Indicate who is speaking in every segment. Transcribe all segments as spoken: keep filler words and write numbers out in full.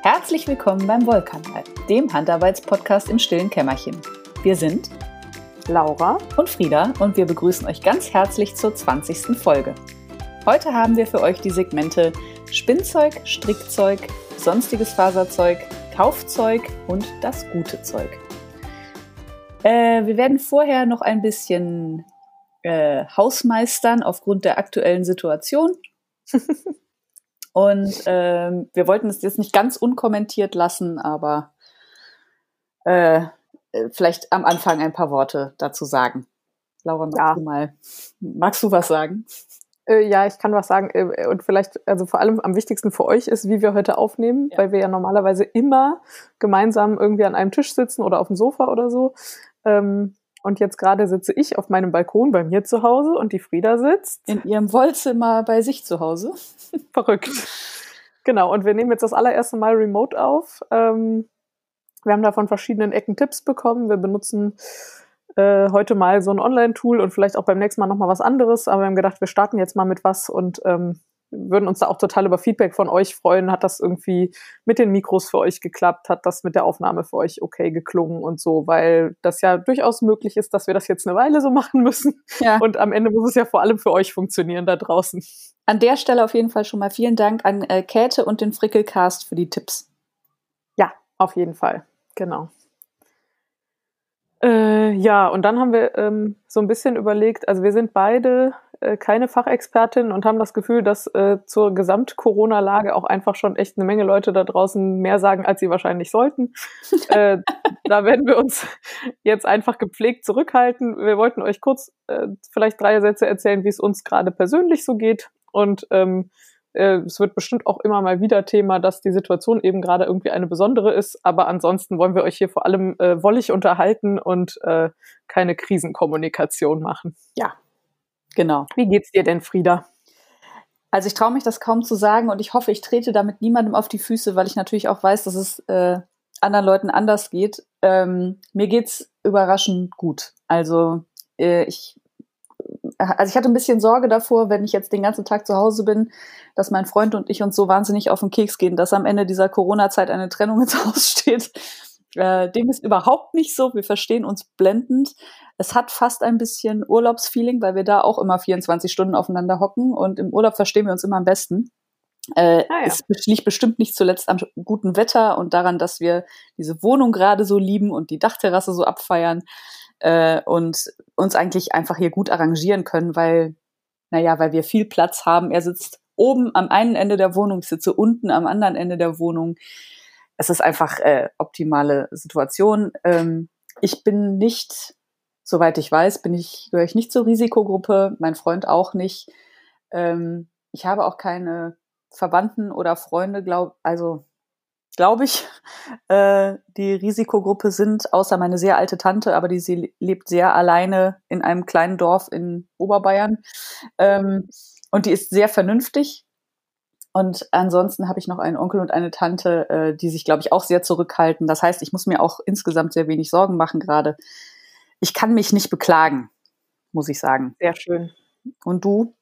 Speaker 1: Herzlich willkommen beim Wollkanal, dem Handarbeitspodcast im stillen Kämmerchen. Wir sind
Speaker 2: Laura
Speaker 1: und Frieda und wir begrüßen euch ganz herzlich zur zwanzigsten Folge. Heute haben wir für euch die Segmente Spinnzeug, Strickzeug, sonstiges Faserzeug, Kaufzeug und das gute Zeug. Äh, wir werden vorher noch ein bisschen äh, hausmeistern aufgrund der aktuellen Situation. Und ähm, wir wollten es jetzt nicht ganz unkommentiert lassen, aber äh, vielleicht am Anfang ein paar Worte dazu sagen. Laura, magst
Speaker 2: ja.
Speaker 1: du mal, magst du was sagen?
Speaker 2: Äh, ja, ich kann was sagen. Äh, und vielleicht, also vor allem am wichtigsten für euch ist, wie wir heute aufnehmen, ja. Weil wir ja normalerweise immer gemeinsam irgendwie an einem Tisch sitzen oder auf dem Sofa oder so. Ähm, und jetzt gerade sitze ich auf meinem Balkon bei mir zu Hause und die Frieda sitzt
Speaker 1: in ihrem Wollzimmer bei sich zu Hause.
Speaker 2: Verrückt. Genau, und wir nehmen jetzt das allererste Mal remote auf. Ähm, wir haben da von verschiedenen Ecken Tipps bekommen. Wir benutzen äh, heute mal so ein Online-Tool und vielleicht auch beim nächsten Mal nochmal was anderes. Aber wir haben gedacht, wir starten jetzt mal mit was und ähm, würden uns da auch total über Feedback von euch freuen. Hat das irgendwie mit den Mikros für euch geklappt? Hat das mit der Aufnahme für euch okay geklungen und so? Weil das ja durchaus möglich ist, dass wir das jetzt eine Weile so machen müssen. Ja. Und am Ende muss es ja vor allem für euch funktionieren da draußen.
Speaker 1: An der Stelle auf jeden Fall schon mal vielen Dank an äh, Käthe und den Frickelcast für die Tipps.
Speaker 2: Ja, auf jeden Fall. Genau. Äh, ja, und dann haben wir ähm, so ein bisschen überlegt, also wir sind beide äh, keine Fachexpertinnen und haben das Gefühl, dass äh, zur Gesamt-Corona-Lage auch einfach schon echt eine Menge Leute da draußen mehr sagen, als sie wahrscheinlich sollten. äh, da werden wir uns jetzt einfach gepflegt zurückhalten. Wir wollten euch kurz äh, vielleicht drei Sätze erzählen, wie es uns gerade persönlich so geht. Und ähm, äh, es wird bestimmt auch immer mal wieder Thema, dass die Situation eben gerade irgendwie eine besondere ist. Aber ansonsten wollen wir euch hier vor allem äh, wollig unterhalten und äh, keine Krisenkommunikation machen.
Speaker 1: Ja, genau.
Speaker 2: Wie geht's dir denn, Frieda?
Speaker 1: Also ich traue mich das kaum zu sagen und ich hoffe, ich trete damit niemandem auf die Füße, weil ich natürlich auch weiß, dass es äh, anderen Leuten anders geht. Ähm, mir geht's überraschend gut. Also äh, ich Also ich hatte ein bisschen Sorge davor, wenn ich jetzt den ganzen Tag zu Hause bin, dass mein Freund und ich uns so wahnsinnig auf den Keks gehen, dass am Ende dieser Corona-Zeit eine Trennung ins Haus steht. Äh, dem ist überhaupt nicht so. Wir verstehen uns blendend. Es hat fast ein bisschen Urlaubsfeeling, weil wir da auch immer vierundzwanzig Stunden aufeinander hocken und im Urlaub verstehen wir uns immer am besten. Äh, ah ja. Es liegt bestimmt nicht zuletzt am guten Wetter und daran, dass wir diese Wohnung gerade so lieben und die Dachterrasse so abfeiern. Äh, und uns eigentlich einfach hier gut arrangieren können, weil, naja, weil wir viel Platz haben. Er sitzt oben am einen Ende der Wohnung, ich sitze unten am anderen Ende der Wohnung. Es ist einfach äh, optimale Situation. Ähm, ich bin nicht, soweit ich weiß, bin ich, gehöre ich nicht zur Risikogruppe, mein Freund auch nicht. Ähm, ich habe auch keine Verwandten oder Freunde, glaub, also glaube ich, äh, die Risikogruppe sind, außer meine sehr alte Tante, aber die sie lebt sehr alleine in einem kleinen Dorf in Oberbayern. Ähm, und die ist sehr vernünftig. Und ansonsten habe ich noch einen Onkel und eine Tante, äh, die sich, glaube ich, auch sehr zurückhalten. Das heißt, ich muss mir auch insgesamt sehr wenig Sorgen machen gerade. Ich kann mich nicht beklagen, muss ich sagen.
Speaker 2: Sehr schön.
Speaker 1: Und du?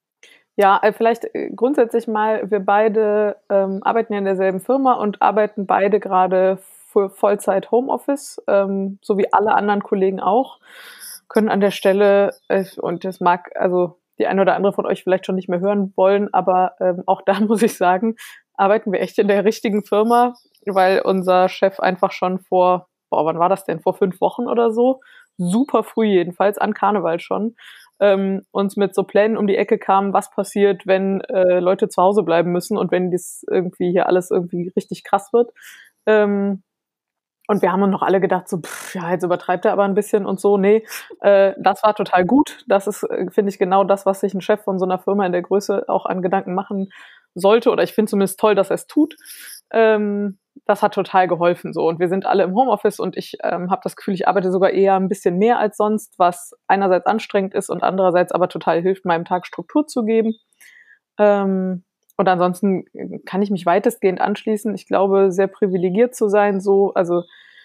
Speaker 2: Ja, vielleicht grundsätzlich mal, wir beide ähm, arbeiten ja in derselben Firma und arbeiten beide gerade für Vollzeit Homeoffice, ähm, so wie alle anderen Kollegen auch, können an der Stelle, äh, und das mag also die eine oder andere von euch vielleicht schon nicht mehr hören wollen, aber ähm, auch da muss ich sagen, arbeiten wir echt in der richtigen Firma, weil unser Chef einfach schon vor, boah, wann war das denn, vor fünf Wochen oder so, super früh jedenfalls, an Karneval schon, Ähm, uns mit so Plänen um die Ecke kam, was passiert, wenn äh, Leute zu Hause bleiben müssen und wenn das irgendwie hier alles irgendwie richtig krass wird. Ähm, und wir haben uns noch alle gedacht, so, pff, ja, jetzt übertreibt er aber ein bisschen und so. Nee, äh, das war total gut. Das ist, äh, finde ich, genau das, was sich ein Chef von so einer Firma in der Größe auch an Gedanken machen sollte. Oder ich finde zumindest toll, dass er es tut. Ähm, das hat total geholfen so und wir sind alle im Homeoffice und ich ähm, habe das Gefühl, ich arbeite sogar eher ein bisschen mehr als sonst, was einerseits anstrengend ist und andererseits aber total hilft, meinem Tag Struktur zu geben. Ähm, und ansonsten kann ich mich weitestgehend anschließen. Ich glaube, sehr privilegiert zu sein, so, also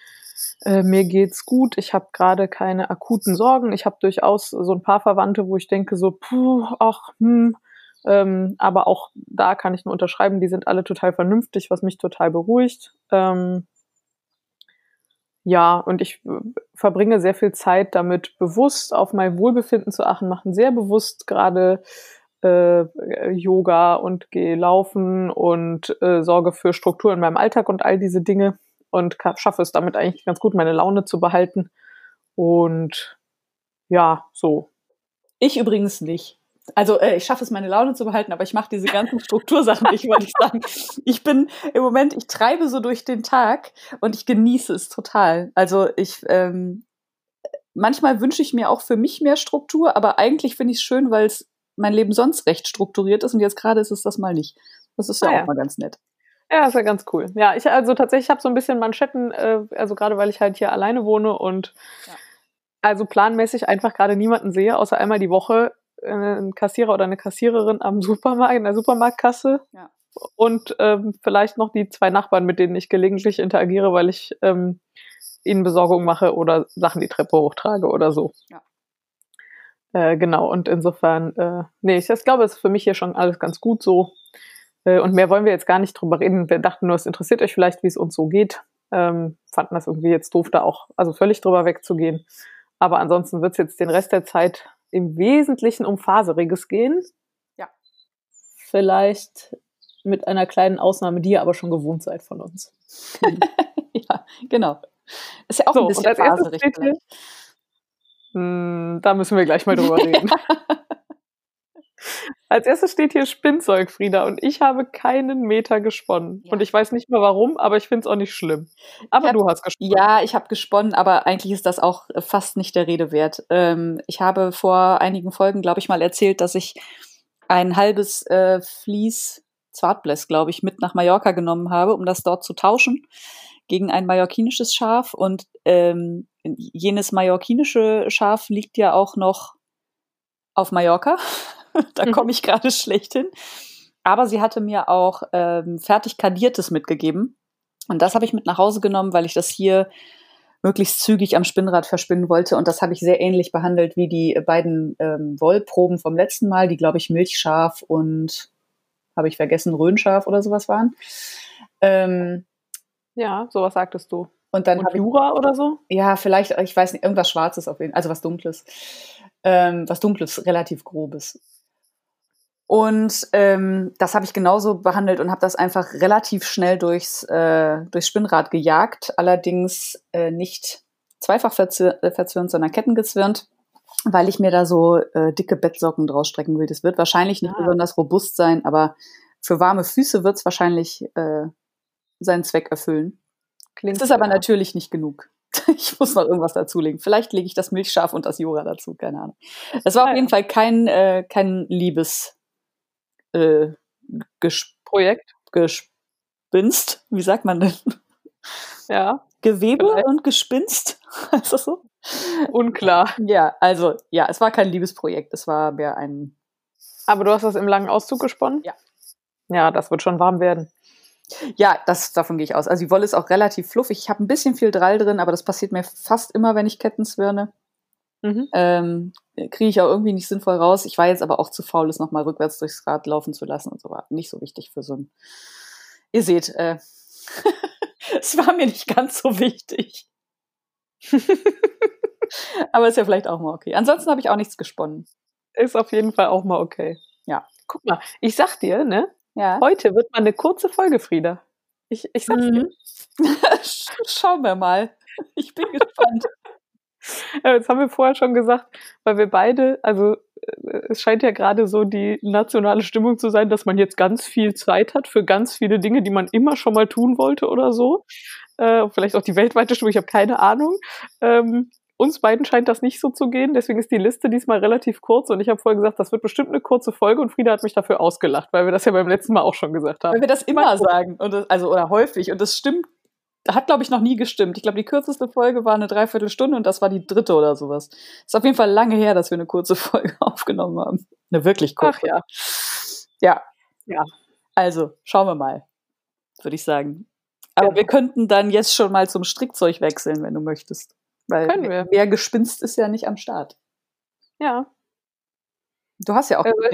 Speaker 2: äh, mir geht's gut. Ich habe gerade keine akuten Sorgen. Ich habe durchaus so ein paar Verwandte, wo ich denke so, puh, ach, hm, Ähm, aber auch da kann ich nur unterschreiben, die sind alle total vernünftig, was mich total beruhigt. Ähm, ja, und ich äh, verbringe sehr viel Zeit damit, bewusst auf mein Wohlbefinden zu achten, machen sehr bewusst gerade äh, Yoga und gehe laufen und äh, sorge für Struktur in meinem Alltag und all diese Dinge und ka- schaffe es damit eigentlich ganz gut, meine Laune zu behalten. Und ja, so.
Speaker 1: Ich übrigens nicht. Also äh, ich schaffe es, meine Laune zu behalten, aber ich mache diese ganzen Struktursachen nicht, wollte ich sagen. Ich bin im Moment, ich treibe so durch den Tag und ich genieße es total. Also ich, ähm, manchmal wünsche ich mir auch für mich mehr Struktur, aber eigentlich finde ich es schön, weil es mein Leben sonst recht strukturiert ist und jetzt gerade ist es das mal nicht. Das ist ja
Speaker 2: Ah,
Speaker 1: auch
Speaker 2: ja.
Speaker 1: mal ganz nett.
Speaker 2: Ja, ist ja ganz cool. Ja, ich also tatsächlich habe so ein bisschen Manschetten, äh, also gerade weil ich halt hier alleine wohne und
Speaker 1: Ja.
Speaker 2: also planmäßig einfach gerade niemanden sehe, außer einmal die Woche äh, ein Kassierer oder eine Kassiererin am Supermarkt, in der Supermarktkasse.
Speaker 1: Ja.
Speaker 2: Und ähm, vielleicht noch die zwei Nachbarn, mit denen ich gelegentlich interagiere, weil ich ähm, ihnen Besorgung mache oder Sachen die Treppe hochtrage oder so.
Speaker 1: Ja.
Speaker 2: Äh, genau, und insofern, äh, nee, ich das glaube, es ist für mich hier schon alles ganz gut so. Äh, und mehr wollen wir jetzt gar nicht drüber reden. Wir dachten nur, es interessiert euch vielleicht, wie es uns so geht. Ähm, fanden das irgendwie jetzt doof, da auch also völlig drüber wegzugehen. Aber ansonsten wird es jetzt den Rest der Zeit im Wesentlichen um Faseriges gehen.
Speaker 1: Ja.
Speaker 2: Vielleicht mit einer kleinen Ausnahme, die ihr aber schon gewohnt seid von uns.
Speaker 1: Ja, genau. Ist ja auch
Speaker 2: So,
Speaker 1: ein
Speaker 2: und
Speaker 1: bisschen
Speaker 2: als erstes
Speaker 1: faserig
Speaker 2: steht hier,
Speaker 1: vielleicht.
Speaker 2: hm, da müssen wir gleich mal drüber reden. Als erstes steht hier Spinnzeug, Frieda, und ich habe keinen Meter gesponnen.
Speaker 1: Ja.
Speaker 2: Und ich weiß nicht mehr warum, aber ich finde es auch nicht schlimm. Aber
Speaker 1: Ich hab,
Speaker 2: du hast gesponnen.
Speaker 1: ja, ich habe gesponnen, aber eigentlich ist das auch äh, fast nicht der Rede wert. Ähm, ich habe vor einigen Folgen, glaube ich, mal erzählt, dass ich ein halbes äh, Vlies Zwartbläss, glaube ich, mit nach Mallorca genommen habe, um das dort zu tauschen gegen ein mallorquinisches Schaf. Und ähm, jenes mallorquinische Schaf liegt ja auch noch auf Mallorca. Da
Speaker 2: Mhm.
Speaker 1: komme ich gerade schlecht hin. Aber sie hatte mir auch ähm, fertig kadiertes mitgegeben. Und das habe ich mit nach Hause genommen, weil ich das hier möglichst zügig am Spinnrad verspinnen wollte. Und das habe ich sehr ähnlich behandelt wie die beiden ähm, Wollproben vom letzten Mal, die, glaube ich, Milchschaf und, habe ich vergessen, Rhönschaf oder sowas waren. Ähm,
Speaker 2: Ja, sowas sagtest du.
Speaker 1: und dann
Speaker 2: Und
Speaker 1: habe ich,
Speaker 2: Jura oder so?
Speaker 1: ja, vielleicht, ich weiß nicht, irgendwas Schwarzes auf jeden Fall, also was Dunkles. Ähm, was Dunkles, relativ Grobes. Und ähm, das habe ich genauso behandelt und habe das einfach relativ schnell durchs, äh, durchs Spinnrad gejagt. Allerdings äh, nicht zweifach verzir- äh, verzwirnt, sondern kettengezwirnt, weil ich mir da so äh, dicke Bettsocken draus strecken will. Das wird wahrscheinlich nicht
Speaker 2: Ah.
Speaker 1: besonders robust sein, aber für warme Füße wird es wahrscheinlich äh, seinen Zweck erfüllen.
Speaker 2: Klingt
Speaker 1: Es ist aber
Speaker 2: ja.
Speaker 1: natürlich nicht genug. Ich muss noch irgendwas dazulegen. Vielleicht lege ich das Milchschaf und das Jura dazu, keine Ahnung. Es war
Speaker 2: Ah,
Speaker 1: auf jeden
Speaker 2: ja.
Speaker 1: Fall kein, äh, kein Liebes äh, Ges
Speaker 2: Projekt?
Speaker 1: Gespinst. Wie sagt man denn?
Speaker 2: Ja.
Speaker 1: Gewebe
Speaker 2: Vielleicht.
Speaker 1: und Gespinst? Ist das so?
Speaker 2: Unklar.
Speaker 1: Ja, also, ja, es war kein Liebesprojekt. Es war mehr ein.
Speaker 2: Aber du hast das im langen Auszug gesponnen?
Speaker 1: Ja.
Speaker 2: Ja, das wird schon warm werden.
Speaker 1: Ja, das, davon gehe ich aus. Also die Wolle ist auch relativ fluffig. Ich habe ein bisschen viel Drall drin, aber das passiert mir fast immer, wenn ich Ketten zwirne.
Speaker 2: Mhm.
Speaker 1: Ähm, kriege ich auch irgendwie nicht sinnvoll raus. Ich war jetzt aber auch zu faul, es nochmal rückwärts durchs Rad laufen zu lassen und so. War nicht so wichtig für so ein. Ihr seht, äh, es war mir nicht ganz so wichtig. Aber ist ja vielleicht auch mal okay. Ansonsten habe ich auch nichts gesponnen.
Speaker 2: Ist auf jeden Fall auch mal okay.
Speaker 1: Ja.
Speaker 2: Guck mal, ich sag dir, ne?
Speaker 1: Ja.
Speaker 2: Heute wird mal eine kurze Folge, Frieda. Ich, ich sag's dir.
Speaker 1: Mhm. Schauen wir mal. Ich bin gespannt.
Speaker 2: Ja, das haben wir vorher schon gesagt, weil wir beide, also äh, es scheint ja gerade so die nationale Stimmung zu sein, dass man jetzt ganz viel Zeit hat für ganz viele Dinge, die man immer schon mal tun wollte oder so. Äh, vielleicht auch die weltweite Stimmung, ich habe keine Ahnung. Ähm, uns beiden scheint das nicht so zu gehen, deswegen ist die Liste diesmal relativ kurz und ich habe vorher gesagt, das wird bestimmt eine kurze Folge und Frieda hat mich dafür ausgelacht, weil wir das ja beim letzten Mal auch schon gesagt haben.
Speaker 1: Weil wir das immer sagen, und das, also oder häufig, und das stimmt, hat, glaube ich, noch nie gestimmt. Ich glaube, die kürzeste Folge war eine Dreiviertelstunde und das war die dritte oder sowas. Ist auf jeden Fall lange her, dass wir eine kurze Folge aufgenommen haben. Eine wirklich kurze.
Speaker 2: Ach ja.
Speaker 1: Ja.
Speaker 2: Ja.
Speaker 1: Also, schauen wir mal, würde ich sagen. Aber
Speaker 2: Genau.
Speaker 1: wir könnten dann jetzt schon mal zum Strickzeug wechseln, wenn du möchtest. Weil
Speaker 2: Können wir.
Speaker 1: mehr Gespinst ist ja nicht am Start.
Speaker 2: Ja.
Speaker 1: Du hast ja auch
Speaker 2: Also,
Speaker 1: gestrickt.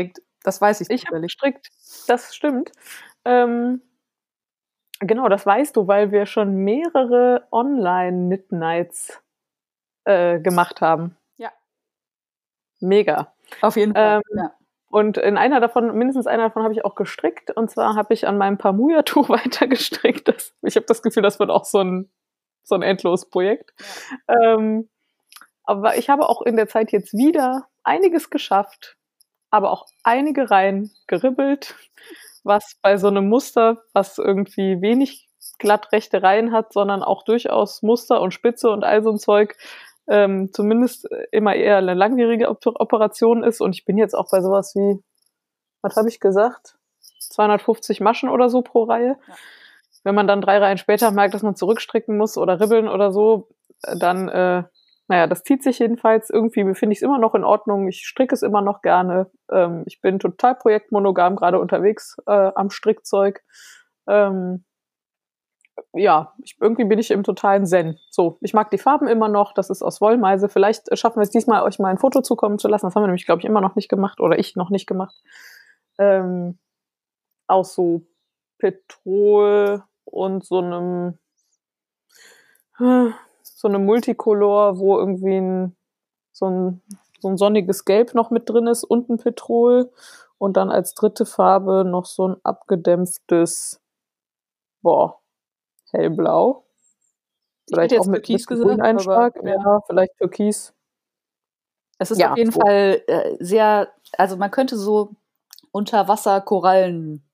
Speaker 1: Das weiß ich
Speaker 2: Ich habe
Speaker 1: zufällig.
Speaker 2: gestrickt, das stimmt. Ähm, genau, das weißt du, weil wir schon mehrere Online-Knit-Nights äh, gemacht haben.
Speaker 1: Ja.
Speaker 2: Mega.
Speaker 1: Auf jeden Fall,
Speaker 2: Ähm,
Speaker 1: ja.
Speaker 2: Und in einer davon, mindestens einer davon habe ich auch gestrickt. Und zwar habe ich an meinem Pamuja-Tuch weiter gestrickt. Das, ich habe das Gefühl, das wird auch so ein, so ein endloses Projekt. Ja. Ähm, aber ich habe auch in der Zeit jetzt wieder einiges geschafft, aber auch einige Reihen geribbelt, was bei so einem Muster, was irgendwie wenig glatt rechte Reihen hat, sondern auch durchaus Muster und Spitze und all so ein Zeug, ähm, zumindest immer eher eine langwierige Operation ist. Und ich bin jetzt auch bei sowas wie, was habe ich gesagt, zweihundertfünfzig Maschen oder so pro Reihe. Ja. Wenn man dann drei Reihen später merkt, dass man zurückstricken muss oder ribbeln oder so, dann, äh, naja, das zieht sich jedenfalls. Irgendwie finde ich es immer noch in Ordnung. Ich stricke es immer noch gerne. Ähm, ich bin total projektmonogam gerade unterwegs äh, am Strickzeug. Ähm, ja, ich, irgendwie bin ich im totalen Zen. So, ich mag die Farben immer noch. Das ist aus Wollmeise. Vielleicht schaffen wir es diesmal, euch mal ein Foto zukommen zu lassen. Das haben wir nämlich, glaube ich, immer noch nicht gemacht. Oder ich noch nicht gemacht. Ähm, aus so Petrol und so einem so einem Multicolor, wo irgendwie ein, so, ein, so ein sonniges Gelb noch mit drin ist und ein Petrol. Und dann als dritte Farbe noch so ein abgedämpftes, boah, hellblau. Vielleicht auch mit einem grünen Einschlag. Ja. ja, vielleicht Türkis.
Speaker 1: Es ist ja, auf jeden so. Fall äh, sehr, also man könnte so Unterwasser-Korallen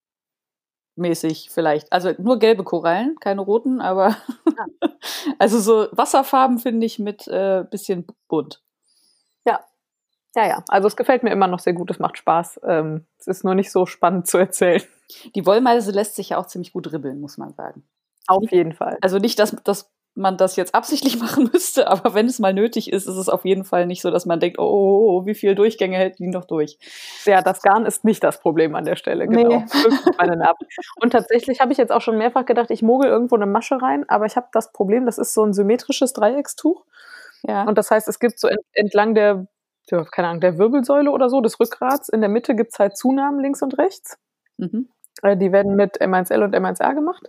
Speaker 1: mäßig vielleicht. Also nur gelbe Korallen, keine roten, aber ja. Also so Wasserfarben finde ich mit äh, bisschen bunt.
Speaker 2: Ja. Ja, ja. Also es gefällt mir immer noch sehr gut, es macht Spaß. Ähm, es ist nur nicht so spannend zu erzählen.
Speaker 1: Die Wollmeise lässt sich ja auch ziemlich gut ribbeln, muss man sagen.
Speaker 2: Auf nicht, jeden Fall.
Speaker 1: Also nicht, dass, dass man das jetzt absichtlich machen müsste, aber wenn es mal nötig ist, ist es auf jeden Fall nicht so, dass man denkt, oh, oh, oh wie viele Durchgänge hält die noch durch.
Speaker 2: Ja, das Garn ist nicht das Problem an der Stelle, genau. Nee. Meine Nerven. Und tatsächlich habe ich jetzt auch schon mehrfach gedacht, ich mogel irgendwo eine Masche rein, aber ich habe das Problem, das ist so ein symmetrisches Dreieckstuch. Ja. Und das heißt, es gibt so entlang der, keine Ahnung, der Wirbelsäule oder so, des Rückgrats, in der Mitte gibt es halt Zunahmen links und rechts. Mhm. Die werden mit M eins L und M eins R gemacht.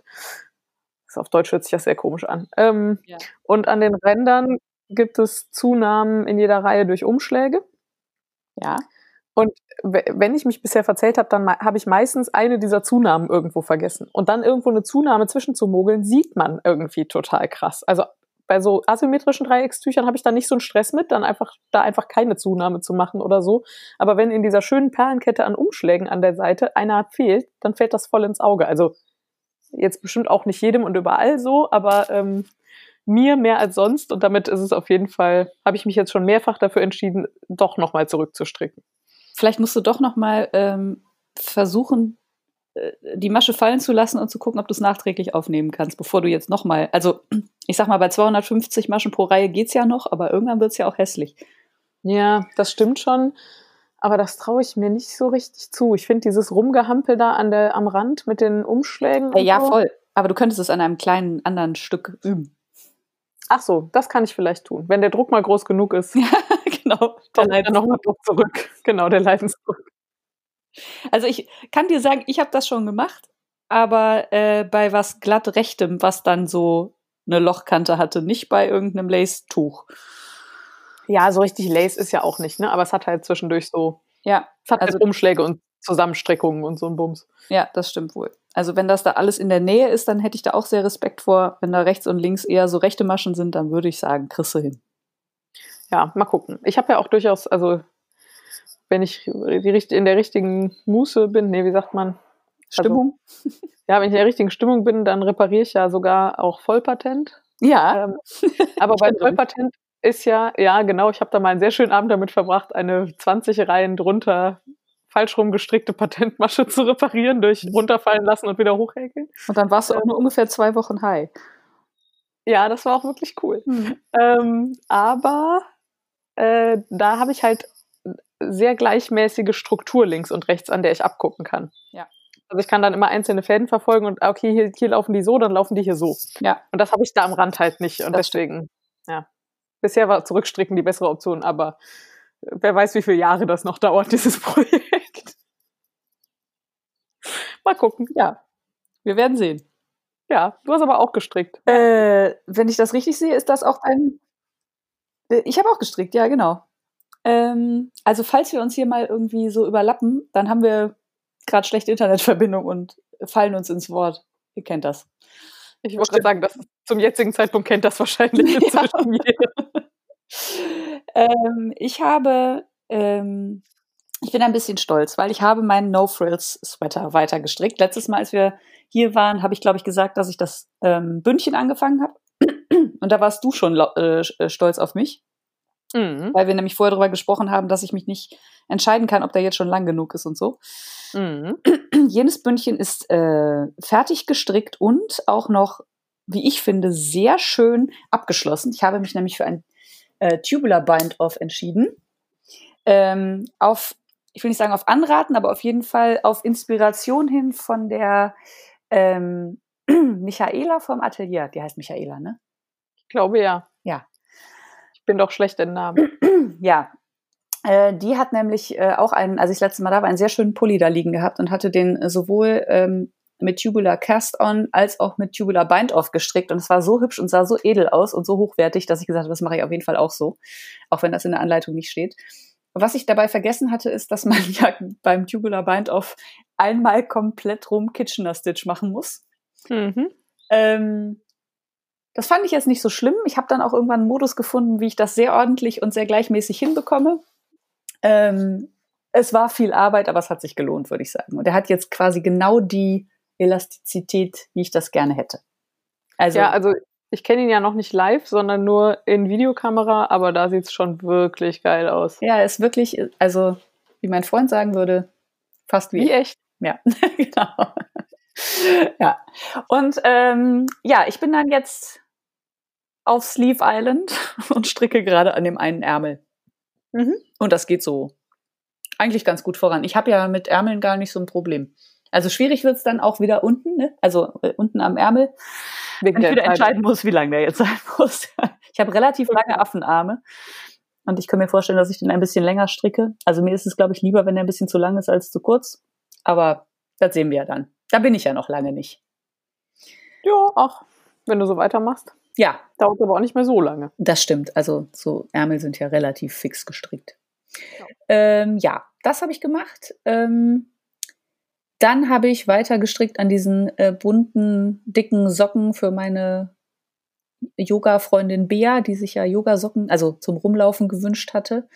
Speaker 2: Auf Deutsch hört sich das sehr komisch an. Ähm, ja. Und an den Rändern gibt es Zunahmen in jeder Reihe durch Umschläge.
Speaker 1: Ja.
Speaker 2: Und w- wenn ich mich bisher verzählt habe, dann ma- habe ich meistens eine dieser Zunahmen irgendwo vergessen. Und dann irgendwo eine Zunahme zwischenzumogeln, sieht man irgendwie total krass. Also bei so asymmetrischen Dreieckstüchern habe ich da nicht so einen Stress mit, dann einfach da einfach keine Zunahme zu machen oder so. Aber wenn in dieser schönen Perlenkette an Umschlägen an der Seite einer fehlt, dann fällt das voll ins Auge. Also jetzt bestimmt auch nicht jedem und überall so, aber ähm, mir mehr als sonst. Und damit ist es auf jeden Fall, habe ich mich jetzt schon mehrfach dafür entschieden, doch nochmal zurückzustricken.
Speaker 1: Vielleicht musst du doch nochmal ähm, versuchen, äh, die Masche fallen zu lassen und zu gucken, ob du es nachträglich aufnehmen kannst, bevor du jetzt nochmal, also ich sag mal, bei zweihundertfünfzig Maschen pro Reihe geht's ja noch, aber irgendwann wird's ja auch hässlich.
Speaker 2: Ja, das stimmt schon. Aber das traue ich mir nicht so richtig zu. Ich finde dieses Rumgehampel da an der, am Rand mit den Umschlägen.
Speaker 1: Ja, ja, voll. Aber du könntest es an einem kleinen anderen Stück üben.
Speaker 2: Ach so, das kann ich vielleicht tun. Wenn der Druck mal groß genug ist.
Speaker 1: Ja, genau.
Speaker 2: Dann leider nochmal zurück. Genau, der Leidensdruck.
Speaker 1: Also ich kann dir sagen, ich habe das schon gemacht, aber äh, bei was glatt rechtem, was dann so eine Lochkante hatte, nicht bei irgendeinem Lace-Tuch.
Speaker 2: Ja, so richtig Lace ist ja auch nicht, ne? Aber es hat halt zwischendurch so,
Speaker 1: ja,
Speaker 2: es hat
Speaker 1: also
Speaker 2: halt Umschläge und Zusammenstreckungen und so ein Bums.
Speaker 1: Ja, das stimmt wohl. Also wenn das da alles in der Nähe ist, dann hätte ich da auch sehr Respekt vor. Wenn da rechts und links eher so rechte Maschen sind, dann würde ich sagen, kriegst du hin.
Speaker 2: Ja, mal gucken. Ich habe ja auch durchaus, also wenn ich die, in der richtigen Muße bin, nee, wie sagt man?
Speaker 1: Stimmung?
Speaker 2: Also, ja, wenn ich in der richtigen Stimmung bin, dann repariere ich ja sogar auch Vollpatent.
Speaker 1: Ja.
Speaker 2: Ähm, aber bei Vollpatent ist ja, ja genau, ich habe da mal einen sehr schönen Abend damit verbracht, eine zwanzig Reihen drunter falsch rumgestrickte Patentmasche zu reparieren, durch runterfallen lassen und wieder hochhäkeln.
Speaker 1: Und dann warst du auch nur ungefähr zwei Wochen high.
Speaker 2: Ja, das war auch wirklich cool. Mhm. Ähm, aber äh, da habe ich halt sehr gleichmäßige Struktur links und rechts, an der ich abgucken kann.
Speaker 1: Ja.
Speaker 2: Also ich kann dann immer einzelne Fäden verfolgen und okay, hier, hier laufen die so, dann laufen die hier so.
Speaker 1: Ja.
Speaker 2: Und das habe ich da am Rand halt nicht. Und das deswegen, ja. Bisher war Zurückstricken die bessere Option, aber wer weiß, wie viele Jahre das noch dauert, dieses Projekt. Mal gucken.
Speaker 1: Ja, wir werden sehen.
Speaker 2: Ja, du hast aber auch gestrickt.
Speaker 1: Äh, wenn ich das richtig sehe, ist das auch dein... Äh, Ich habe auch gestrickt, ja, genau. Ähm, also falls wir uns hier mal irgendwie so überlappen, dann haben wir gerade schlechte Internetverbindung und fallen uns ins Wort. Ihr kennt das.
Speaker 2: Ich wollte gerade sagen, das ist, zum jetzigen Zeitpunkt kennt das wahrscheinlich inzwischen jeder.
Speaker 1: ähm, ich habe, ähm, ich bin ein bisschen stolz, weil ich habe meinen No-Frills-Sweater weiter gestrickt. Letztes Mal, als wir hier waren, habe ich, glaube ich, gesagt, dass ich das ähm, Bündchen angefangen habe. Und da warst du schon äh, stolz auf mich. Mhm. Weil wir nämlich vorher darüber gesprochen haben, dass ich mich nicht entscheiden kann, ob der jetzt schon lang genug ist und so. Mhm. Jenes Bündchen ist äh, fertig gestrickt und auch noch, wie ich finde, sehr schön abgeschlossen. Ich habe mich nämlich für ein äh, Tubular Bind-Off entschieden. Ähm, auf, ich will nicht sagen auf Anraten, aber auf jeden Fall auf Inspiration hin von der ähm, Michaela vom Atelier. Die heißt Michaela, ne?
Speaker 2: Ich glaube, ja.
Speaker 1: Ja.
Speaker 2: Ich bin doch schlecht in Namen.
Speaker 1: Ja. Äh, die hat nämlich äh, auch einen, als ich das letzte Mal da war, einen sehr schönen Pulli da liegen gehabt und hatte den äh, sowohl ähm, mit Tubular Cast-On als auch mit Tubular Bind-Off gestrickt. Und es war so hübsch und sah so edel aus und so hochwertig, dass ich gesagt habe, das mache ich auf jeden Fall auch so. Auch wenn das in der Anleitung nicht steht. Was ich dabei vergessen hatte, ist, dass man ja beim Tubular Bind-Off einmal komplett rum Kitchener-Stitch machen muss. Mhm. Ähm, das fand ich jetzt nicht so schlimm. Ich habe dann auch irgendwann einen Modus gefunden, wie ich das sehr ordentlich und sehr gleichmäßig hinbekomme. Ähm, es war viel Arbeit, aber es hat sich gelohnt, würde ich sagen. Und er hat jetzt quasi genau die Elastizität, wie ich das gerne hätte.
Speaker 2: Also, ja, also ich kenne ihn ja noch nicht live, sondern nur in Videokamera, aber da sieht es schon wirklich geil aus.
Speaker 1: Ja, ist wirklich, also wie mein Freund sagen würde, fast wie,
Speaker 2: wie echt.
Speaker 1: Ja, genau. Ja, und ähm, ja, ich bin dann jetzt auf Sleeve Island und stricke gerade an dem einen Ärmel. Mhm. Und das geht so eigentlich ganz gut voran. Ich habe ja mit Ärmeln gar nicht so ein Problem. Also schwierig wird es dann auch wieder unten, ne? Also äh, unten am Ärmel, wenn ich wieder entscheiden muss, wie lang der jetzt sein muss. Ich habe relativ lange Affenarme und ich kann mir vorstellen, dass ich den ein bisschen länger stricke. Also mir ist es, glaube ich, lieber, wenn der ein bisschen zu lang ist als zu kurz. Aber das sehen wir ja dann. Da bin ich ja noch lange nicht.
Speaker 2: Ja, ach, wenn du so weitermachst.
Speaker 1: Ja.
Speaker 2: Dauert aber auch nicht mehr so lange.
Speaker 1: Das stimmt. Also so Ärmel sind ja relativ fix gestrickt. Ja, ähm, ja das habe ich gemacht. Ähm, dann habe ich weiter gestrickt an diesen äh, bunten, dicken Socken für meine Yoga-Freundin Bea, die sich ja Yogasocken, also zum Rumlaufen gewünscht hatte.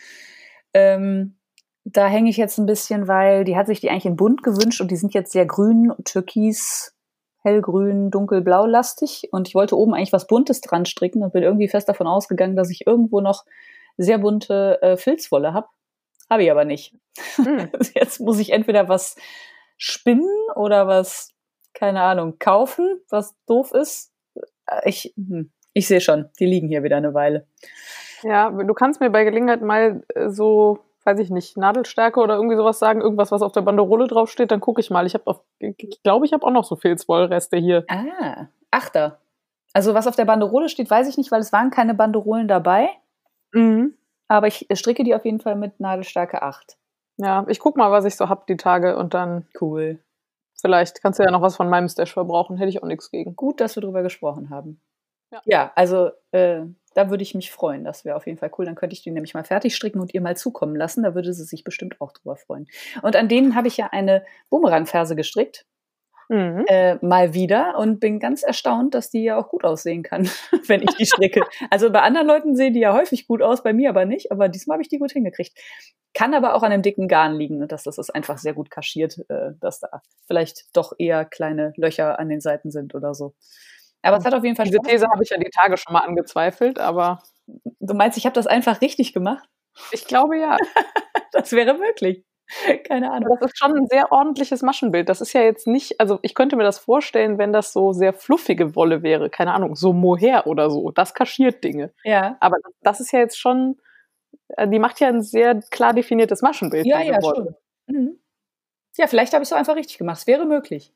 Speaker 1: Ähm, da hänge ich jetzt ein bisschen, weil die hat sich die eigentlich in bunt gewünscht und die sind jetzt sehr grün, türkis, hellgrün, dunkelblau lastig und ich wollte oben eigentlich was Buntes dran stricken und bin irgendwie fest davon ausgegangen, dass ich irgendwo noch sehr bunte äh, Filzwolle habe. Habe ich aber nicht. Hm. Jetzt muss ich entweder was spinnen oder was, keine Ahnung, kaufen, was doof ist. Ich, ich sehe schon, die liegen hier wieder eine Weile.
Speaker 2: Ja, du kannst mir bei Gelegenheit mal so, weiß ich nicht, Nadelstärke oder irgendwie sowas sagen, irgendwas, was auf der Banderole draufsteht, dann gucke ich mal. Ich habe, ich glaube, ich habe auch noch so Filzwollreste hier.
Speaker 1: Ah, Achter. Also was auf der Banderole steht, weiß ich nicht, weil es waren keine Banderolen dabei. Mhm. Aber ich stricke die auf jeden Fall mit Nadelstärke acht.
Speaker 2: Ja, ich guck mal, was ich so hab die Tage und dann.
Speaker 1: Cool.
Speaker 2: Vielleicht kannst du ja noch was von meinem Stash verbrauchen, hätte ich auch nichts gegen.
Speaker 1: Gut, dass wir drüber gesprochen haben. Ja, ja also äh, da würde ich mich freuen. Das wäre auf jeden Fall cool. Dann könnte ich die nämlich mal fertig stricken und ihr mal zukommen lassen. Da würde sie sich bestimmt auch drüber freuen. Und an denen habe ich ja eine Bumerangferse gestrickt. Mhm. Äh, mal wieder und bin ganz erstaunt, dass die ja auch gut aussehen kann, wenn ich die stricke. Also bei anderen Leuten sehen die ja häufig gut aus, bei mir aber nicht, aber diesmal habe ich die gut hingekriegt. Kann aber auch an einem dicken Garn liegen und dass das ist einfach sehr gut kaschiert, äh, dass da vielleicht doch eher kleine Löcher an den Seiten sind oder so. Aber es hat auf jeden Fall
Speaker 2: Diese These habe ich ja die Tage schon mal angezweifelt, aber
Speaker 1: du meinst, ich habe das einfach richtig gemacht?
Speaker 2: Ich glaube ja.
Speaker 1: Das wäre möglich. Keine Ahnung.
Speaker 2: Das ist schon ein sehr ordentliches Maschenbild. Das ist ja jetzt nicht, also ich könnte mir das vorstellen, wenn das so sehr fluffige Wolle wäre, keine Ahnung, so Mohair oder so, das kaschiert Dinge.
Speaker 1: Ja.
Speaker 2: Aber das ist ja jetzt schon, die macht ja ein sehr klar definiertes Maschenbild.
Speaker 1: Ja, ja, Wolle. Schon. Mhm. Ja, vielleicht habe ich es auch einfach richtig gemacht. Es wäre möglich.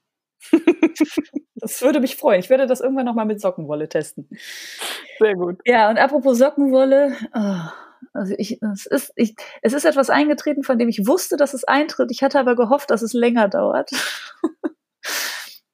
Speaker 1: Das würde mich freuen. Ich werde das irgendwann nochmal mit Sockenwolle testen.
Speaker 2: Sehr gut.
Speaker 1: Ja, und apropos Sockenwolle, oh. Also ich, es ist, ich, es ist etwas eingetreten, von dem ich wusste, dass es eintritt. Ich hatte aber gehofft, dass es länger dauert.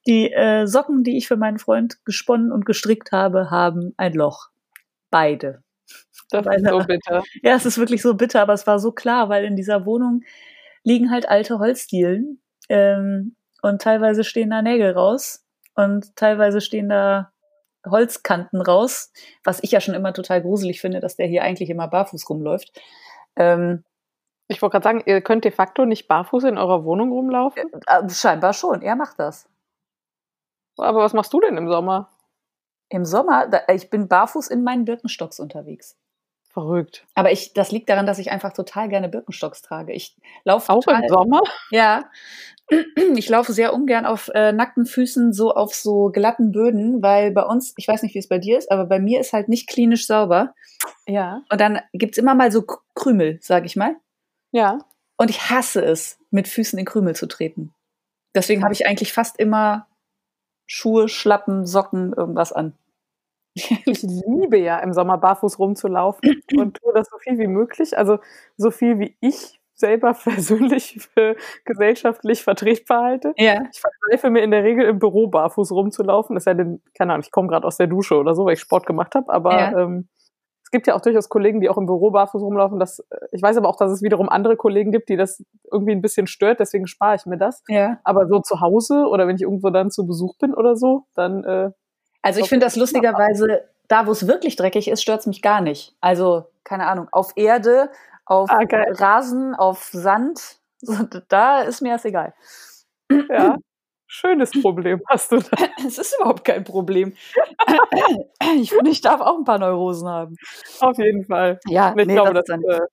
Speaker 1: Die äh, Socken, die ich für meinen Freund gesponnen und gestrickt habe, haben ein Loch. Beide.
Speaker 2: Das
Speaker 1: Weil,
Speaker 2: ist so bitter.
Speaker 1: Ja, es ist wirklich so bitter, aber es war so klar, weil in dieser Wohnung liegen halt alte Holzdielen ähm, und teilweise stehen da Nägel raus und teilweise stehen da Holzkanten raus, was ich ja schon immer total gruselig finde, dass der hier eigentlich immer barfuß rumläuft. Ähm,
Speaker 2: Ich wollte gerade sagen, ihr könnt de facto nicht barfuß in eurer Wohnung rumlaufen?
Speaker 1: äh, scheinbar schon, er macht das.
Speaker 2: Aber was machst du denn im Sommer?
Speaker 1: Im Sommer, da, ich bin barfuß in meinen Birkenstocks unterwegs.
Speaker 2: Verrückt.
Speaker 1: Aber ich, das liegt daran, dass ich einfach total gerne Birkenstocks trage. Ich laufe
Speaker 2: Auch
Speaker 1: total,
Speaker 2: im Sommer?
Speaker 1: Ja, ich laufe sehr ungern auf äh, nackten Füßen, so auf so glatten Böden, weil bei uns, ich weiß nicht, wie es bei dir ist, aber bei mir ist halt nicht klinisch sauber.
Speaker 2: Ja.
Speaker 1: Und dann gibt's immer mal so K- Krümel, sag ich mal.
Speaker 2: Ja.
Speaker 1: Und ich hasse es, mit Füßen in Krümel zu treten. Deswegen habe ich eigentlich fast immer Schuhe, Schlappen, Socken, irgendwas an.
Speaker 2: Ich liebe ja im Sommer barfuß rumzulaufen und tue das so viel wie möglich. Also so viel wie ich selber persönlich für gesellschaftlich vertretbar halte.
Speaker 1: Ja.
Speaker 2: Ich vergreife mir in der Regel im Büro barfuß rumzulaufen. Das ist ja denn, keine Ahnung, ich komme gerade aus der Dusche oder so, weil ich Sport gemacht habe. Aber
Speaker 1: Ja.
Speaker 2: ähm, es gibt ja auch durchaus Kollegen, die auch im Büro barfuß rumlaufen. Das, ich weiß aber auch, dass es wiederum andere Kollegen gibt, die das irgendwie ein bisschen stört. Deswegen spare ich mir das.
Speaker 1: Ja.
Speaker 2: Aber so zu Hause oder wenn ich irgendwo dann zu Besuch bin oder so, dann äh,
Speaker 1: Also ich finde das lustigerweise, da wo es wirklich dreckig ist, stört's mich gar nicht. Also, keine Ahnung, auf Erde, auf
Speaker 2: Ah, geil.
Speaker 1: Rasen, auf Sand, so, da ist mir das egal.
Speaker 2: Ja, schönes Problem hast du da.
Speaker 1: Es ist überhaupt kein Problem. Ich finde, ich darf auch ein paar Neurosen haben.
Speaker 2: Auf jeden Fall.
Speaker 1: Ja,
Speaker 2: Und ich
Speaker 1: nee,
Speaker 2: glaube,
Speaker 1: das
Speaker 2: das,
Speaker 1: ist dann,
Speaker 2: äh,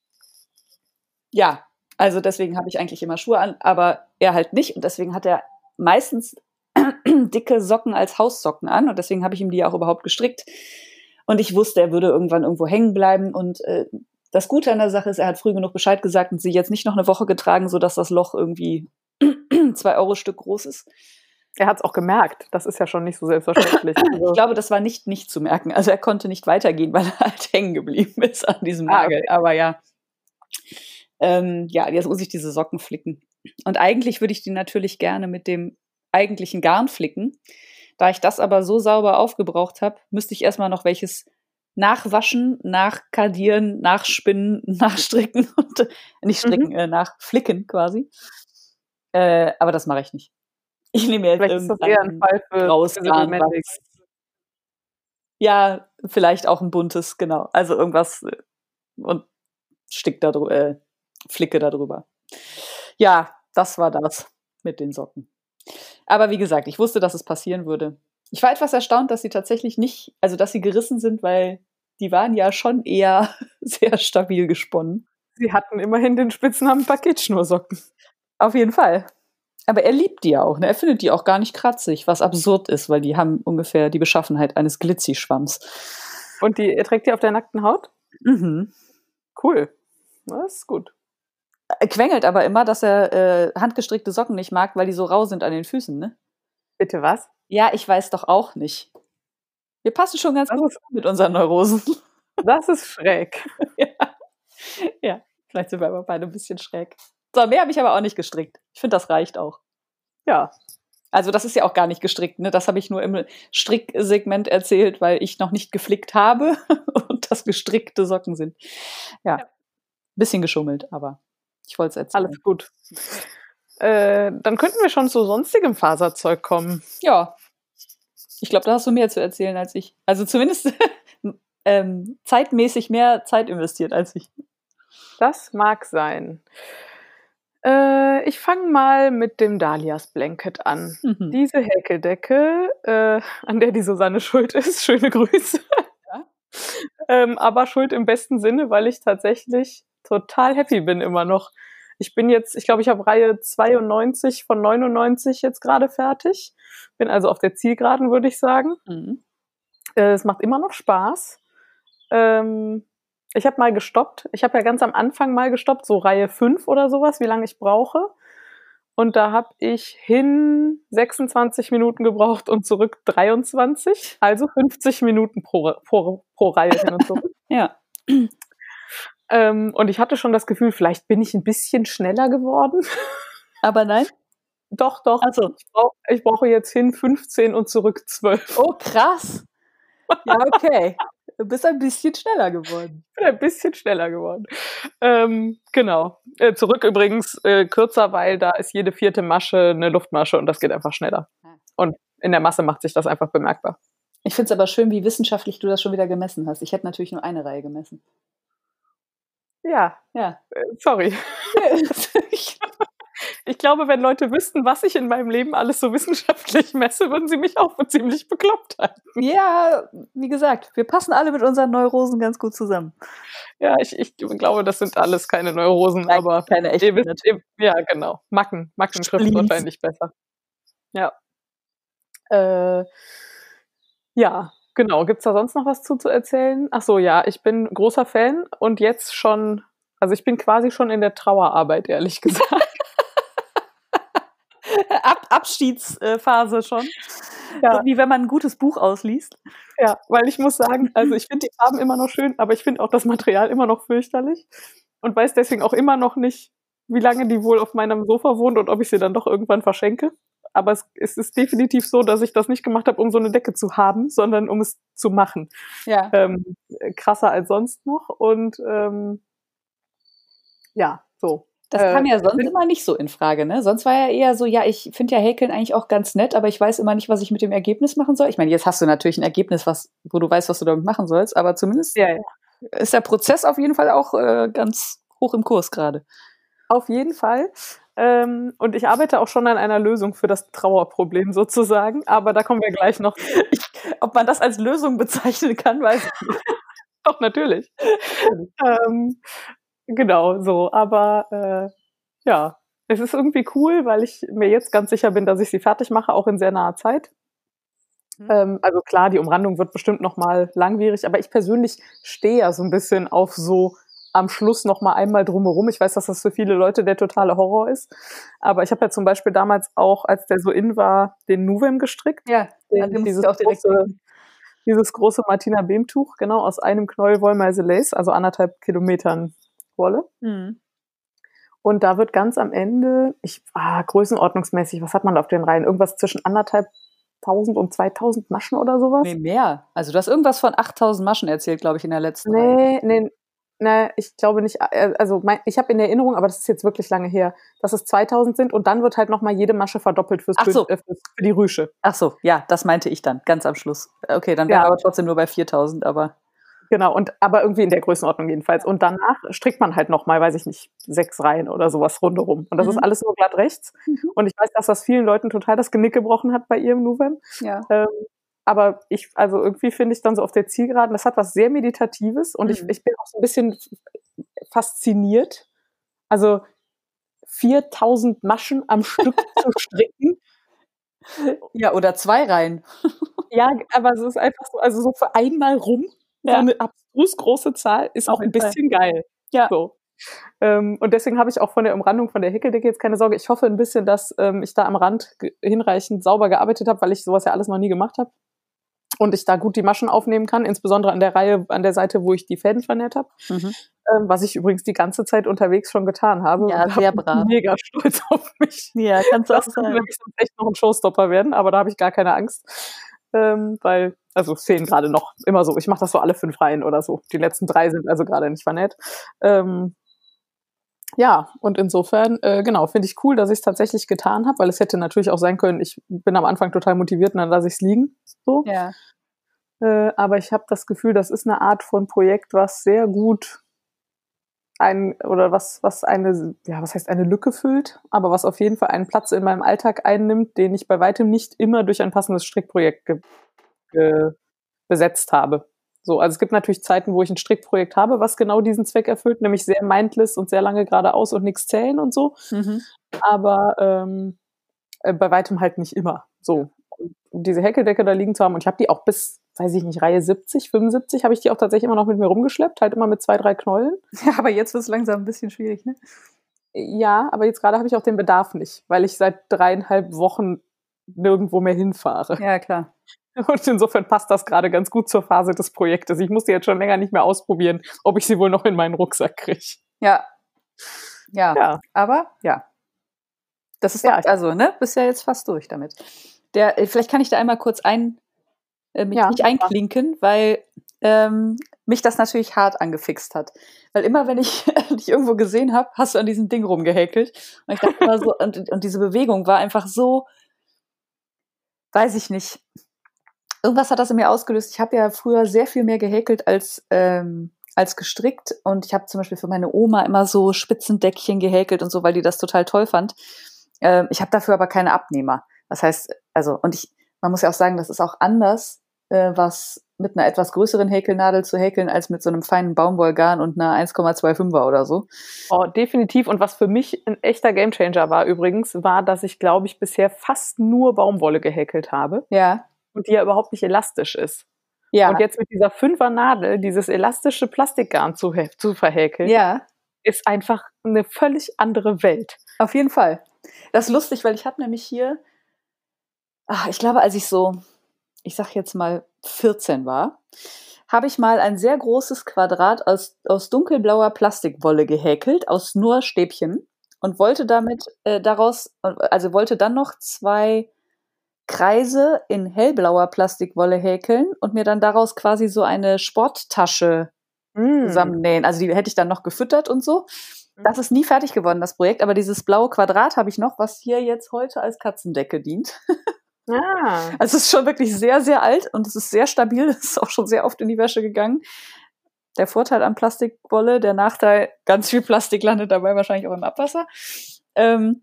Speaker 1: ja, also deswegen habe ich eigentlich immer Schuhe an, aber er halt nicht. Und deswegen hat er meistens dicke Socken als Haussocken an. Und deswegen habe ich ihm die auch überhaupt gestrickt. Und ich wusste, er würde irgendwann irgendwo hängen bleiben. Und äh, das Gute an der Sache ist, er hat früh genug Bescheid gesagt und sie jetzt nicht noch eine Woche getragen, sodass das Loch irgendwie zwei Euro Stück groß ist.
Speaker 2: er hat es auch gemerkt. Das ist ja schon nicht so selbstverständlich. Also,
Speaker 1: Ich glaube, das war nicht nicht zu merken. Also er konnte nicht weitergehen, weil er halt hängen geblieben ist an diesem
Speaker 2: Ah,
Speaker 1: Nagel.
Speaker 2: okay.
Speaker 1: Aber ja, ähm, ja, jetzt muss ich diese Socken flicken. Und eigentlich würde ich die natürlich gerne mit dem eigentlichen Garn flicken. Da ich das aber so sauber aufgebraucht habe, müsste ich erstmal noch welches nachwaschen, nachkardieren, nachspinnen, nachstricken und äh, nicht stricken,
Speaker 2: Mhm.
Speaker 1: äh, nachflicken quasi. Äh, aber das mache ich nicht. Ich nehme jetzt
Speaker 2: vielleicht ist das eher ein
Speaker 1: irgendein
Speaker 2: Fall für
Speaker 1: graues
Speaker 2: für
Speaker 1: Garn,
Speaker 2: Romantik.
Speaker 1: was ja, vielleicht auch ein buntes, genau. Also irgendwas äh, und stick da drüber, äh, flicke da drüber. Ja, das war das mit den Socken. Aber wie gesagt, ich wusste, dass es passieren würde. Ich war etwas erstaunt, dass sie tatsächlich nicht, also dass sie gerissen sind, weil die waren ja schon eher sehr stabil gesponnen.
Speaker 2: Sie hatten immerhin den Spitznamen Paketschnursocken.
Speaker 1: Auf jeden Fall. Aber er liebt die ja auch, ne? Er findet die auch gar nicht kratzig, was absurd ist, weil die haben ungefähr die Beschaffenheit eines Glitzy-Schwamms.
Speaker 2: Und die er trägt die auf der nackten Haut?
Speaker 1: Mhm.
Speaker 2: Cool. Das ist gut.
Speaker 1: Er quengelt aber immer, dass er äh, handgestrickte Socken nicht mag, weil die so rau sind an den Füßen, ne?
Speaker 2: Bitte was?
Speaker 1: Ja, ich weiß doch auch nicht. Wir passen schon ganz
Speaker 2: Das
Speaker 1: gut
Speaker 2: ist,
Speaker 1: mit unseren Neurosen.
Speaker 2: das ist schräg.
Speaker 1: Ja. Ja, vielleicht sind wir aber beide ein bisschen schräg. So, mehr habe ich aber auch nicht gestrickt. Ich finde, das reicht auch.
Speaker 2: Ja.
Speaker 1: Also das ist ja auch gar nicht gestrickt, ne? Das habe ich nur im Stricksegment erzählt, weil ich noch nicht geflickt habe und das gestrickte Socken sind. Ja,
Speaker 2: Ja.
Speaker 1: bisschen geschummelt, aber ich wollte es erzählen.
Speaker 2: Alles gut. Äh, dann könnten wir schon zu sonstigem Faserzeug kommen.
Speaker 1: Ja, ich glaube, da hast du mehr zu erzählen als ich. Also zumindest ähm, zeitmäßig mehr Zeit investiert als ich.
Speaker 2: Das mag sein. Äh, ich fange mal mit dem Dahlias Blanket an.
Speaker 1: Mhm.
Speaker 2: Diese Häkeldecke, äh, an der die Susanne schuld ist, schöne Grüße.
Speaker 1: Ja.
Speaker 2: ähm, aber schuld im besten Sinne, weil ich tatsächlich total happy bin immer noch. Ich bin jetzt, ich glaube, ich habe Reihe zweiundneunzig von neunundneunzig jetzt gerade fertig. Bin also auf der Zielgeraden, würde ich sagen.
Speaker 1: Mhm.
Speaker 2: Äh, es macht immer noch Spaß. Ähm, ich habe mal gestoppt. Ich habe ja ganz am Anfang mal gestoppt, so Reihe fünf oder sowas, wie lange ich brauche. Und da habe ich hin sechsundzwanzig Minuten gebraucht und zurück dreiundzwanzig. Also fünfzig Minuten pro, pro, pro Reihe hin und zurück.
Speaker 1: Ja.
Speaker 2: ähm, und ich hatte schon das Gefühl, vielleicht bin ich ein bisschen schneller geworden.
Speaker 1: Aber nein?
Speaker 2: Doch, doch.
Speaker 1: Also.
Speaker 2: Ich, brauch, ich brauche jetzt hin fünfzehn und zurück zwölf.
Speaker 1: Oh, krass. Ja, okay. Du bist ein bisschen schneller geworden.
Speaker 2: Ich bin ein bisschen schneller geworden. Ähm, genau. Äh, zurück übrigens äh, kürzer, weil da ist jede vierte Masche eine Luftmasche und das geht einfach schneller. Und in der Masse macht sich das einfach bemerkbar.
Speaker 1: Ich finde es aber schön, wie wissenschaftlich du das schon wieder gemessen hast. Ich hätte natürlich nur eine Reihe gemessen.
Speaker 2: Ja.
Speaker 1: Ja.
Speaker 2: Äh, sorry. Ich glaube, wenn Leute wüssten, was ich in meinem Leben alles so wissenschaftlich messe, würden sie mich auch für ziemlich bekloppt halten.
Speaker 1: Ja, wie gesagt, wir passen alle mit unseren Neurosen ganz gut zusammen.
Speaker 2: Ja, ich, ich glaube, das sind alles keine Neurosen,
Speaker 1: Nein,
Speaker 2: aber
Speaker 1: keine echten.
Speaker 2: Ihr wisst, ihr, ja, genau. Macken. Macken trifft wahrscheinlich besser. Ja. Äh, ja, genau. Gibt's da sonst noch was zu, zu erzählen? Ach so, ja, ich bin großer Fan und jetzt schon, also ich bin quasi schon in der Trauerarbeit, ehrlich gesagt.
Speaker 1: Ab Abschiedsphase schon. Ja. So wie wenn man ein gutes Buch ausliest.
Speaker 2: Ja, weil ich muss sagen, also ich finde die Farben immer noch schön, aber ich finde auch das Material immer noch fürchterlich und weiß deswegen auch immer noch nicht, wie lange die wohl auf meinem Sofa wohnt und ob ich sie dann doch irgendwann verschenke. Aber es, es ist definitiv so, dass ich das nicht gemacht habe, um so eine Decke zu haben, sondern um es zu machen.
Speaker 1: Ja.
Speaker 2: Ähm, krasser als sonst noch und ähm, ja, so.
Speaker 1: Das kam ja sonst äh, immer nicht so in Frage, ne? Sonst war ja eher so, ja, ich finde ja Häkeln eigentlich auch ganz nett, aber ich weiß immer nicht, was ich mit dem Ergebnis machen soll. Ich meine, jetzt hast du natürlich ein Ergebnis, was, wo du weißt, was du damit machen sollst, aber zumindest
Speaker 2: ja, ja.
Speaker 1: ist der Prozess auf jeden Fall auch äh, ganz hoch im Kurs gerade.
Speaker 2: Auf jeden Fall. Ähm, und ich arbeite auch schon an einer Lösung für das Trauerproblem sozusagen, aber da kommen wir gleich noch.
Speaker 1: Ich, ob man das als Lösung bezeichnen kann, weiß ich nicht.
Speaker 2: Doch, natürlich. ähm, Genau, so, aber äh, ja, es ist irgendwie cool, weil ich mir jetzt ganz sicher bin, dass ich sie fertig mache, auch in sehr naher Zeit. Mhm. Ähm, also klar, die Umrandung wird bestimmt nochmal langwierig, aber ich persönlich stehe ja so ein bisschen auf so am Schluss nochmal einmal drumherum. Ich weiß, dass das für viele Leute der totale Horror ist, aber ich habe ja zum Beispiel damals auch, als der so in war, den Nuvem gestrickt.
Speaker 1: Ja,
Speaker 2: den, dieses auch direkt große, dieses große Martina Behm-Tuch, genau, aus einem Knäuel Wollmeise Lace, also anderthalb Kilometern Wolle. Mhm. Und da wird ganz am Ende, ich, ah, größenordnungsmäßig, was hat man da auf den Reihen? Irgendwas zwischen anderthalbtausend und zweitausend Maschen oder sowas?
Speaker 1: Nee, mehr. Also du hast irgendwas von achttausend Maschen erzählt, glaube ich, in der letzten
Speaker 2: Nee,
Speaker 1: Reihe.
Speaker 2: nee, nee, ich glaube nicht. Also mein, ich habe in Erinnerung, aber das ist jetzt wirklich lange her, dass es zweitausend sind und dann wird halt nochmal jede Masche verdoppelt fürs
Speaker 1: Ach so.
Speaker 2: Bild, äh, für die Rüsche.
Speaker 1: Ach so, ja, das meinte ich dann, ganz am Schluss. Okay, dann wäre ja. aber trotzdem nur bei viertausend, aber...
Speaker 2: Genau, und aber irgendwie in der Größenordnung jedenfalls. Und danach strickt man halt nochmal, weiß ich nicht, sechs Reihen oder sowas rundherum. Und das mhm. ist alles nur glatt rechts. Mhm. Und ich weiß, dass das vielen Leuten total das Genick gebrochen hat bei ihrem Nuvem.
Speaker 1: Ja.
Speaker 2: Ähm, aber ich, also irgendwie finde ich dann so auf der Zielgeraden, das hat was sehr Meditatives und mhm. ich, ich bin auch so ein bisschen fasziniert. Also viertausend Maschen am Stück zu stricken.
Speaker 1: Ja, oder zwei Reihen.
Speaker 2: Ja, aber es ist einfach so, also so für einmal rum. Ja. So eine abstrus große Zahl ist auch ein bisschen Fall. Geil.
Speaker 1: Ja.
Speaker 2: So. Ähm, und deswegen habe ich auch von der Umrandung von der Häkeldecke jetzt keine Sorge. Ich hoffe ein bisschen, dass ähm, ich da am Rand ge- hinreichend sauber gearbeitet habe, weil ich sowas ja alles noch nie gemacht habe. Und ich da gut die Maschen aufnehmen kann, insbesondere an der Reihe, an der Seite, wo ich die Fäden vernäht habe. Mhm. Ähm, was ich übrigens die ganze Zeit unterwegs schon getan habe.
Speaker 1: Ja,
Speaker 2: und
Speaker 1: sehr brav.
Speaker 2: Mega stolz auf mich.
Speaker 1: Ja, kannst du
Speaker 2: das
Speaker 1: auch sein. Das
Speaker 2: könnte nämlich echt noch ein Showstopper werden, aber da habe ich gar keine Angst. Ähm, weil, also Szenen gerade noch immer so. Ich mache das so alle fünf Reihen oder so. Die letzten drei sind also gerade nicht vernäht. Ähm, ja, und insofern, äh, genau, finde ich cool, dass ich es tatsächlich getan habe, weil es hätte natürlich auch sein können, ich bin am Anfang total motiviert und dann lasse ich es liegen. So.
Speaker 1: Ja.
Speaker 2: Äh, aber ich habe das Gefühl, das ist eine Art von Projekt, was sehr gut ein, oder was, was eine, ja, was heißt eine Lücke füllt, aber was auf jeden Fall einen Platz in meinem Alltag einnimmt, den ich bei weitem nicht immer durch ein passendes Strickprojekt ge- ge- besetzt habe. So, also es gibt natürlich Zeiten, wo ich ein Strickprojekt habe, was genau diesen Zweck erfüllt, nämlich sehr mindless und sehr lange geradeaus und nichts zählen und so. Mhm. Aber ähm, äh, bei weitem halt nicht immer. So, und diese Häkeldecke da liegen zu haben und ich habe die auch bis, weiß ich nicht, Reihe siebzig, fünfundsiebzig habe ich die auch tatsächlich immer noch mit mir rumgeschleppt, halt immer mit zwei, drei Knäulen.
Speaker 1: Ja, aber jetzt wird es langsam ein bisschen schwierig, ne?
Speaker 2: Ja, aber jetzt gerade habe ich auch den Bedarf nicht, weil ich seit dreieinhalb Wochen nirgendwo mehr hinfahre.
Speaker 1: Ja, klar.
Speaker 2: Und insofern passt das gerade ganz gut zur Phase des Projektes. Ich musste jetzt schon länger nicht mehr ausprobieren, ob ich sie wohl noch in meinen Rucksack kriege.
Speaker 1: Ja. Ja. Ja. Aber, ja. Das ist
Speaker 2: Ja,
Speaker 1: doch, also, ne, bist ja jetzt fast durch damit. Der, äh, vielleicht kann ich da einmal kurz ein, äh, mich
Speaker 2: Ja,
Speaker 1: nicht einklinken, weil ähm, mich das natürlich hart angefixt hat. Weil immer, wenn ich dich irgendwo gesehen habe, hast du an diesem Ding rumgehäkelt. Und ich dachte immer so, und, und diese Bewegung war einfach so, weiß ich nicht. Irgendwas hat das in mir ausgelöst. Ich habe ja früher sehr viel mehr gehäkelt als, ähm, als gestrickt. Und ich habe zum Beispiel für meine Oma immer so Spitzendeckchen gehäkelt und so, weil die das total toll fand. Ähm, ich habe dafür aber keine Abnehmer. Das heißt, also, und ich, man muss ja auch sagen, das ist auch anders, äh, was mit einer etwas größeren Häkelnadel zu häkeln, als mit so einem feinen Baumwollgarn und einer eins Komma fünfundzwanziger oder so.
Speaker 2: Oh, definitiv. Und was für mich ein echter Gamechanger war übrigens, war, dass ich, glaube ich, bisher fast nur Baumwolle gehäkelt habe.
Speaker 1: Ja.
Speaker 2: Und die ja überhaupt nicht elastisch ist.
Speaker 1: Ja.
Speaker 2: Und jetzt mit dieser Fünfer-Nadel dieses elastische Plastikgarn zu, zu verhäkeln,
Speaker 1: ja.
Speaker 2: ist einfach eine völlig andere Welt.
Speaker 1: Auf jeden Fall. Das ist lustig, weil ich habe nämlich hier, ach, ich glaube, als ich so, ich sag jetzt mal vierzehn war, habe ich mal ein sehr großes Quadrat aus, aus dunkelblauer Plastikwolle gehäkelt, aus nur Stäbchen und wollte damit äh, daraus, also wollte dann noch zwei Kreise in hellblauer Plastikwolle häkeln und mir dann daraus quasi so eine Sporttasche mm. zusammennähen. Also die hätte ich dann noch gefüttert und so. Das ist nie fertig geworden, das Projekt, aber dieses blaue Quadrat habe ich noch, was hier jetzt heute als Katzendecke dient.
Speaker 2: Ah.
Speaker 1: Also es ist schon wirklich sehr, sehr alt und es ist sehr stabil. Es ist auch schon sehr oft in die Wäsche gegangen. Der Vorteil an Plastikwolle, der Nachteil, ganz viel Plastik landet dabei wahrscheinlich auch im Abwasser. Ähm,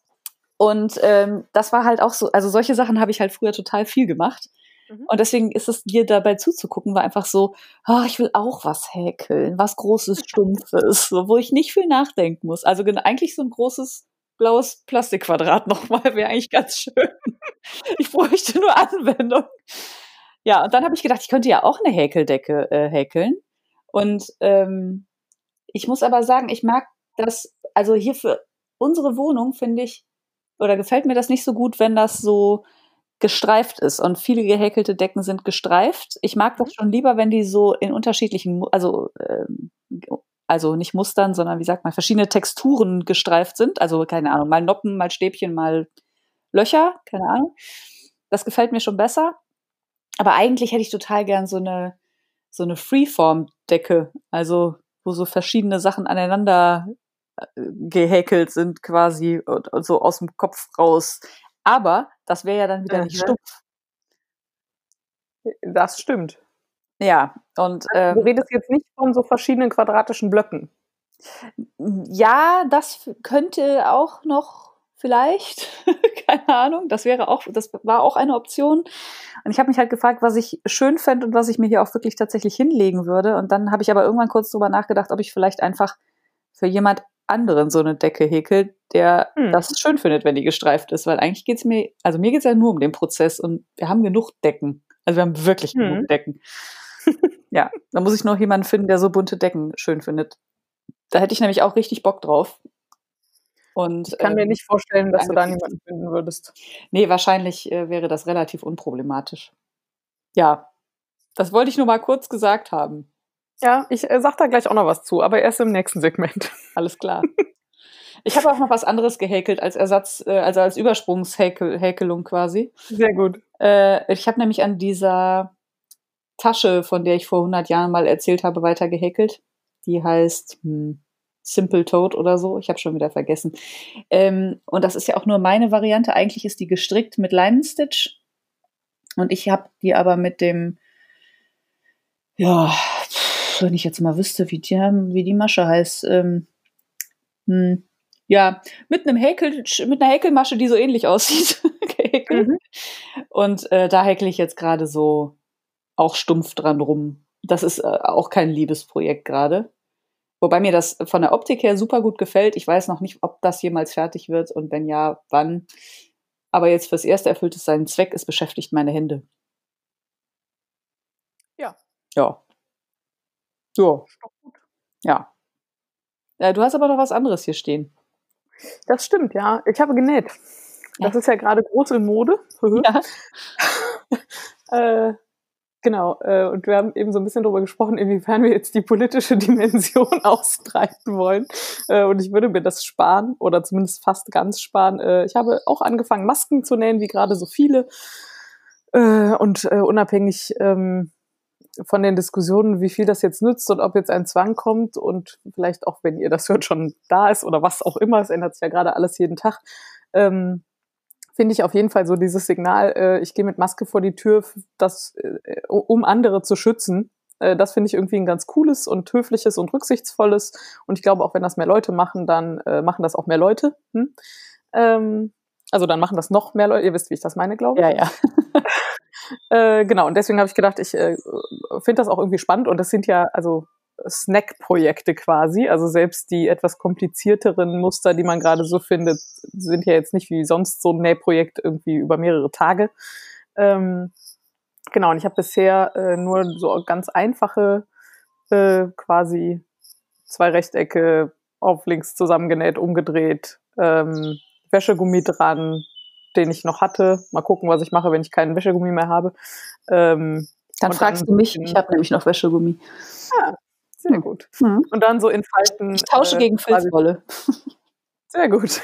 Speaker 1: und ähm, das war halt auch so, also solche Sachen habe ich halt früher total viel gemacht. Mhm. Und deswegen ist es, dir dabei zuzugucken, war einfach so, oh, ich will auch was häkeln, was Großes, Stumpfes, so, wo ich nicht viel nachdenken muss. Also eigentlich so ein großes blaues Plastikquadrat nochmal wäre eigentlich ganz schön. Ich bräuchte nur Anwendung. Ja, und dann habe ich gedacht, ich könnte ja auch eine Häkeldecke äh, häkeln. Und ähm, ich muss aber sagen, ich mag das, also hier für unsere Wohnung finde ich, oder gefällt mir das nicht so gut, wenn das so gestreift ist. Und viele gehäkelte Decken sind gestreift. Ich mag das schon lieber, wenn die so in unterschiedlichen, also ähm, also nicht Mustern, sondern wie sagt man, verschiedene Texturen gestreift sind. Also keine Ahnung, mal Noppen, mal Stäbchen, mal Löcher, keine Ahnung. Das gefällt mir schon besser. Aber eigentlich hätte ich total gern so eine so eine Freeform-Decke, also wo so verschiedene Sachen aneinander gehäkelt sind quasi und, und so aus dem Kopf raus. Aber das wäre ja dann wieder mhm. nicht stumpf.
Speaker 2: Das stimmt.
Speaker 1: Ja, und
Speaker 2: also, du ähm, redest jetzt nicht von so verschiedenen quadratischen Blöcken.
Speaker 1: Ja, das könnte auch noch vielleicht, keine Ahnung, das wäre auch, das war auch eine Option. Und ich habe mich halt gefragt, was ich schön fände und was ich mir hier auch wirklich tatsächlich hinlegen würde. Und dann habe ich aber irgendwann kurz drüber nachgedacht, ob ich vielleicht einfach für jemand anderen so eine Decke häkelt, der hm. das schön findet, wenn die gestreift ist. Weil eigentlich geht's mir, also mir geht's ja nur um den Prozess und wir haben genug Decken. Also wir haben wirklich hm. genug Decken. Ja, da muss ich noch jemanden finden, der so bunte Decken schön findet. Da hätte ich nämlich auch richtig Bock drauf. Und,
Speaker 2: ich kann ähm, mir nicht vorstellen, dass du da
Speaker 1: angefixt.
Speaker 2: niemanden finden würdest.
Speaker 1: Nee, wahrscheinlich äh, wäre das relativ unproblematisch. Ja, das wollte ich nur mal kurz gesagt haben.
Speaker 2: Ja, ich äh, sag da gleich auch noch was zu, aber erst im nächsten Segment.
Speaker 1: Alles klar. Ich habe auch noch was anderes gehäkelt als Ersatz, äh, also als Übersprungshäkelung quasi.
Speaker 2: Sehr gut.
Speaker 1: Äh, ich habe nämlich an dieser Tasche, von der ich vor hundert Jahren mal erzählt habe, weiter gehäkelt. Die heißt hm, Simple Toad oder so. Ich habe schon wieder vergessen. Ähm, und das ist ja auch nur meine Variante. Eigentlich ist die gestrickt mit Leinenstitch. Und ich habe die aber mit dem, ja, wenn ich jetzt mal wüsste, wie die, wie die Masche heißt, ähm, hm, ja, mit einem Häkel, mit einer Häkelmasche, die so ähnlich aussieht, gehäkelt. Mhm. Und äh, da häkle ich jetzt gerade so auch stumpf dran rum. Das ist äh, auch kein Liebesprojekt gerade. Wobei mir das von der Optik her super gut gefällt. Ich weiß noch nicht, ob das jemals fertig wird und wenn ja, wann. Aber jetzt fürs Erste erfüllt es seinen Zweck. Es beschäftigt meine Hände.
Speaker 2: Ja.
Speaker 1: Ja. So. Ja. Ja. Du hast aber noch was anderes hier stehen.
Speaker 2: Das stimmt, ja. Ich habe genäht. Das ja. ist ja gerade groß in Mode.
Speaker 1: Ja.
Speaker 2: äh, Genau, äh, und wir haben eben so ein bisschen darüber gesprochen, inwiefern wir jetzt die politische Dimension ausbreiten wollen. Äh, und ich würde mir das sparen oder zumindest fast ganz sparen. Äh, ich habe auch angefangen, Masken zu nähen, wie gerade so viele. Äh, und äh, unabhängig ähm, von den Diskussionen, wie viel das jetzt nützt und ob jetzt ein Zwang kommt und vielleicht auch, wenn ihr das hört, schon da ist oder was auch immer, es ändert sich ja gerade alles jeden Tag, ähm, finde ich auf jeden Fall so dieses Signal, äh, ich gehe mit Maske vor die Tür, das, äh, um andere zu schützen. Äh, das finde ich irgendwie ein ganz cooles und höfliches und rücksichtsvolles. Und ich glaube, auch wenn das mehr Leute machen, dann äh, machen das auch mehr Leute. Hm? Ähm, also dann machen das noch mehr Leute. Ihr wisst, wie ich das meine, glaube ich.
Speaker 1: Ja, ja.
Speaker 2: äh, genau, und deswegen habe ich gedacht, ich äh, finde das auch irgendwie spannend. Und das sind ja, also Snack-Projekte quasi, also selbst die etwas komplizierteren Muster, die man gerade so findet, sind ja jetzt nicht wie sonst so ein Nähprojekt irgendwie über mehrere Tage. Ähm, genau, und ich habe bisher äh, nur so ganz einfache äh, quasi zwei Rechtecke auf links zusammengenäht, umgedreht, ähm, Wäschegummi dran, den ich noch hatte. Mal gucken, was ich mache, wenn ich keinen Wäschegummi mehr habe. Ähm,
Speaker 1: dann fragst dann du mich, ich habe nämlich noch Wäschegummi.
Speaker 2: Ah, sehr gut. Mhm. Und dann so in Falten.
Speaker 1: Ich tausche äh, gegen Filzwolle.
Speaker 2: Sehr gut.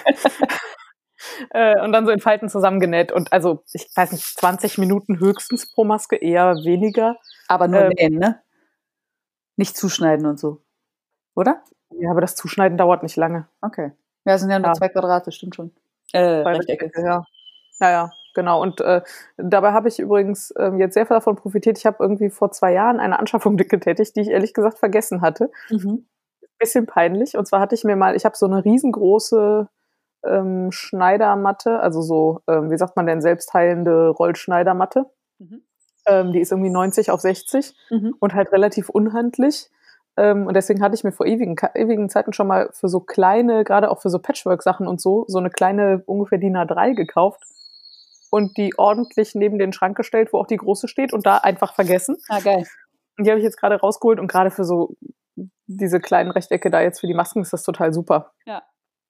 Speaker 2: äh, und dann so in Falten zusammengenäht. Und also, ich weiß nicht, zwanzig Minuten höchstens pro Maske, eher weniger.
Speaker 1: Aber nur ähm, nähen, ne? Nicht zuschneiden und so. Oder?
Speaker 2: Ja, aber das Zuschneiden dauert nicht lange.
Speaker 1: Okay. Ja, sind ja nur ja. zwei Quadrate, stimmt schon.
Speaker 2: Äh, Rechtecke. Ja. Ja, ja, genau. Und äh, dabei habe ich übrigens äh, jetzt sehr viel davon profitiert. Ich habe irgendwie vor zwei Jahren eine Anschaffung getätigt, die ich ehrlich gesagt vergessen hatte. Mhm. Bisschen peinlich. Und zwar hatte ich mir mal, ich habe so eine riesengroße ähm, Schneidermatte, also so, ähm, wie sagt man denn, selbstheilende Rollschneidermatte. Mhm. Ähm, die ist irgendwie neunzig auf sechzig mhm. und halt relativ unhandlich. Ähm, und deswegen hatte ich mir vor ewigen, ewigen Zeiten schon mal für so kleine, gerade auch für so Patchwork-Sachen und so, so eine kleine, ungefähr D I N A drei gekauft. Und die ordentlich neben den Schrank gestellt, wo auch die große steht und da einfach vergessen.
Speaker 1: Ah, geil.
Speaker 2: Und die habe ich jetzt gerade rausgeholt und gerade für so diese kleinen Rechtecke da jetzt für die Masken ist das total super.
Speaker 1: Ja.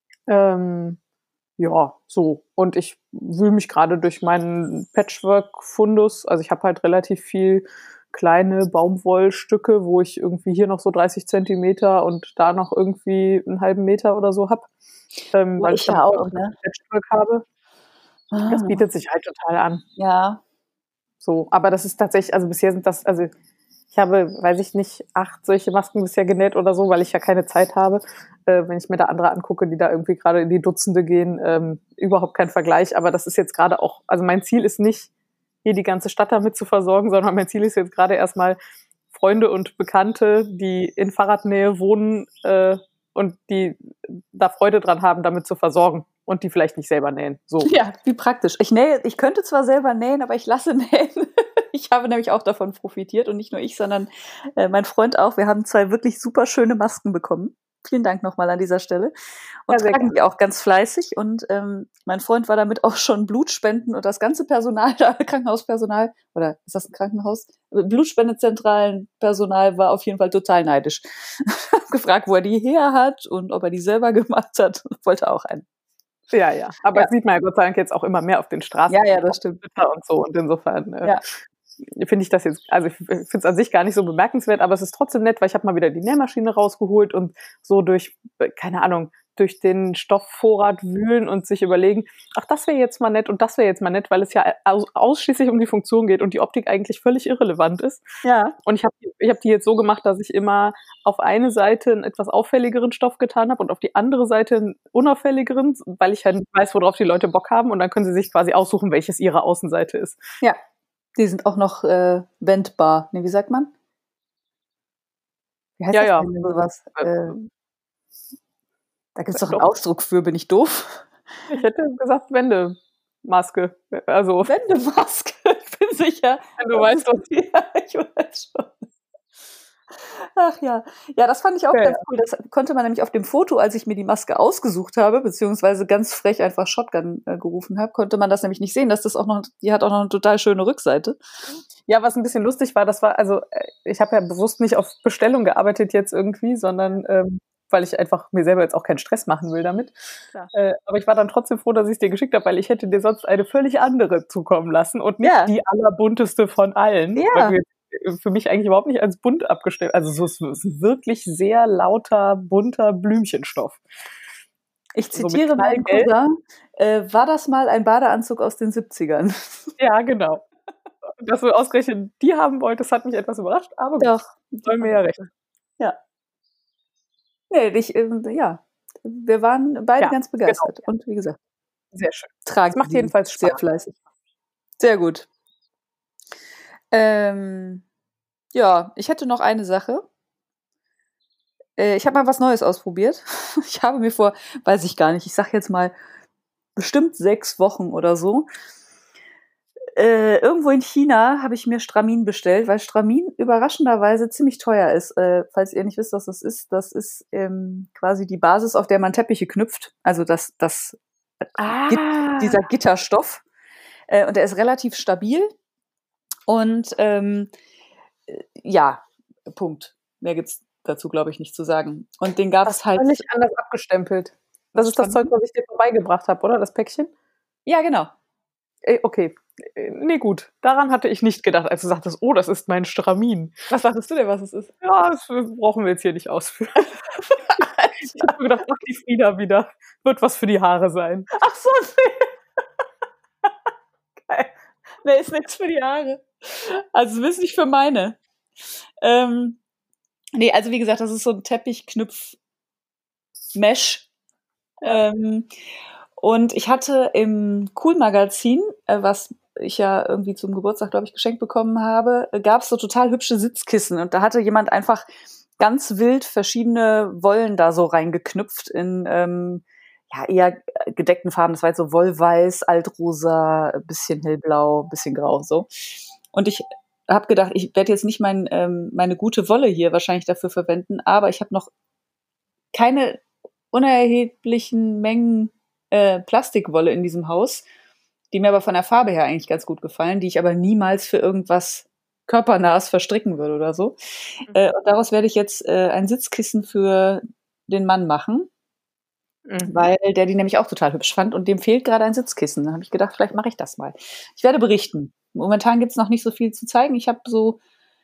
Speaker 2: Ähm, ja, so. Und ich wühle mich gerade durch meinen Patchwork-Fundus. Also ich habe halt relativ viel kleine Baumwollstücke, wo ich irgendwie hier noch so dreißig Zentimeter und da noch irgendwie einen halben Meter oder so habe. Ähm,
Speaker 1: oh,
Speaker 2: weil
Speaker 1: ich ja auch, ne?
Speaker 2: Patchwork habe. Das bietet sich halt total an.
Speaker 1: Ja.
Speaker 2: So, aber das ist tatsächlich, also bisher sind das, also ich habe, weiß ich nicht, acht solche Masken bisher genäht oder so, weil ich ja keine Zeit habe. Äh, wenn ich mir da andere angucke, die da irgendwie gerade in die Dutzende gehen, ähm, überhaupt kein Vergleich. Aber das ist jetzt gerade auch, also mein Ziel ist nicht, hier die ganze Stadt damit zu versorgen, sondern mein Ziel ist jetzt gerade erstmal Freunde und Bekannte, die in Fahrradnähe wohnen äh, und die da Freude dran haben, damit zu versorgen. Und die vielleicht nicht selber nähen. So.
Speaker 1: Ja, wie praktisch. Ich nähe, ich könnte zwar selber nähen, aber ich lasse nähen. Ich habe nämlich auch davon profitiert und nicht nur ich, sondern äh, mein Freund auch. Wir haben zwei wirklich super schöne Masken bekommen. Vielen Dank nochmal an dieser Stelle. Und ja, tragen die auch ganz fleißig. Und ähm, mein Freund war damit auch schon Blutspenden und das ganze Personal, Krankenhauspersonal, oder ist das ein Krankenhaus? Blutspendezentralen Personal war auf jeden Fall total neidisch. Gefragt, wo er die her hat und ob er die selber gemacht hat. Wollte auch einen.
Speaker 2: Ja, ja. Aber ja. Das sieht man ja Gott sei Dank jetzt auch immer mehr auf den Straßen.
Speaker 1: Ja, ja, das stimmt.
Speaker 2: Und so. Und insofern äh, ja. finde ich das jetzt, also ich finde es an sich gar nicht so bemerkenswert, aber es ist trotzdem nett, weil ich habe mal wieder die Nähmaschine rausgeholt und so durch, keine Ahnung, durch den Stoffvorrat wühlen und sich überlegen, ach, das wäre jetzt mal nett und das wäre jetzt mal nett, weil es ja aus, ausschließlich um die Funktion geht und die Optik eigentlich völlig irrelevant ist.
Speaker 1: Ja.
Speaker 2: Und ich habe ich hab die jetzt so gemacht, dass ich immer auf eine Seite einen etwas auffälligeren Stoff getan habe und auf die andere Seite einen unauffälligeren, weil ich halt weiß, worauf die Leute Bock haben und dann können sie sich quasi aussuchen, welches ihre Außenseite ist.
Speaker 1: Ja, die sind auch noch äh, wendbar. Nee, wie sagt man? Wie heißt
Speaker 2: ja,
Speaker 1: das
Speaker 2: ja.
Speaker 1: denn sowas? Äh, Da gibt es doch einen Ausdruck für, bin ich doof?
Speaker 2: Ich hätte gesagt Wendemaske. Also
Speaker 1: Wendemaske, ich bin sicher.
Speaker 2: Du weißt doch.
Speaker 1: Ja, ich weiß schon. Ach ja. Ja, das fand ich auch ja, ganz cool. Das konnte man nämlich auf dem Foto, als ich mir die Maske ausgesucht habe, beziehungsweise ganz frech einfach Shotgun äh, gerufen habe, konnte man das nämlich nicht sehen, dass das auch noch, die hat auch noch eine total schöne Rückseite.
Speaker 2: Ja, was ein bisschen lustig war, das war, also ich habe ja bewusst nicht auf Bestellung gearbeitet jetzt irgendwie, sondern ähm, weil ich einfach mir selber jetzt auch keinen Stress machen will damit. Äh, aber ich war dann trotzdem froh, dass ich es dir geschickt habe, weil ich hätte dir sonst eine völlig andere zukommen lassen und nicht ja. die allerbunteste von allen,
Speaker 1: ja.
Speaker 2: weil du jetzt für mich eigentlich überhaupt nicht als bunt abgestellt. Also so ist, ist ein wirklich sehr lauter, bunter Blümchenstoff.
Speaker 1: Ich zitiere so meinen Cousin, äh, war das mal ein Badeanzug aus den siebzigern?
Speaker 2: Ja, genau. Dass du ausgerechnet die haben wolltest, hat mich etwas überrascht, aber gut.
Speaker 1: Doch.
Speaker 2: Soll mir ja recht.
Speaker 1: Ja. Nee, ich, äh, ja. Wir waren beide ja, ganz begeistert. Genau. Und wie gesagt,
Speaker 2: sehr schön.
Speaker 1: Tragen.
Speaker 2: Das macht jedenfalls Spaß.
Speaker 1: Sehr fleißig. Sehr gut. Ähm, ja, ich hätte noch eine Sache. Äh, ich habe mal was Neues ausprobiert. Ich habe mir vor, weiß ich gar nicht, ich sag jetzt mal bestimmt sechs Wochen oder so, äh, irgendwo in China habe ich mir Stramin bestellt, weil Stramin überraschenderweise ziemlich teuer ist. Äh, falls ihr nicht wisst, was das ist, das ist ähm, quasi die Basis, auf der man Teppiche knüpft. Also das, das
Speaker 2: ah.
Speaker 1: Git- dieser Gitterstoff. Äh, und der ist relativ stabil. Und ähm, ja, Punkt. Mehr gibt's dazu, glaube ich, nicht zu sagen. Und den gab es halt
Speaker 2: völlig anders abgestempelt. Das ist das Zeug, was ich dir vorbeigebracht habe, oder? Das Päckchen?
Speaker 1: Ja, genau.
Speaker 2: Äh, okay. Nee, gut. Daran hatte ich nicht gedacht, als du sagtest, oh, das ist mein Stramin.
Speaker 1: Was dachtest du denn, was es ist?
Speaker 2: Ja, das brauchen wir jetzt hier nicht ausführen. Ich habe mir gedacht, ach, die Frieda wieder. Wird was für die Haare sein.
Speaker 1: Ach so, nee. Geil. Nee, ist nichts für die Haare. Also, das ist nicht für meine. Ähm, nee, also wie gesagt, das ist so ein Teppichknüpf-Mesh. Ähm, und ich hatte im Cool-Magazin, äh, was ich ja irgendwie zum Geburtstag, glaube ich, geschenkt bekommen habe, äh, gab es so total hübsche Sitzkissen. Und da hatte jemand einfach ganz wild verschiedene Wollen da so reingeknüpft in ähm, ja eher gedeckten Farben. Das war jetzt so Wollweiß, Altrosa, bisschen hellblau, bisschen grau so. Und ich habe gedacht, ich werde jetzt nicht mein, ähm, meine gute Wolle hier wahrscheinlich dafür verwenden, aber ich habe noch keine unerheblichen Mengen äh, Plastikwolle in diesem Haus, die mir aber von der Farbe her eigentlich ganz gut gefallen, die ich aber niemals für irgendwas körpernahes verstricken würde oder so. Mhm. Äh, und daraus werde ich jetzt äh, ein Sitzkissen für den Mann machen, mhm. weil der die nämlich auch total hübsch fand und dem fehlt gerade ein Sitzkissen. Da habe ich gedacht, vielleicht mache ich das mal. Ich werde berichten. Momentan gibt es noch nicht so viel zu zeigen. Ich habe so,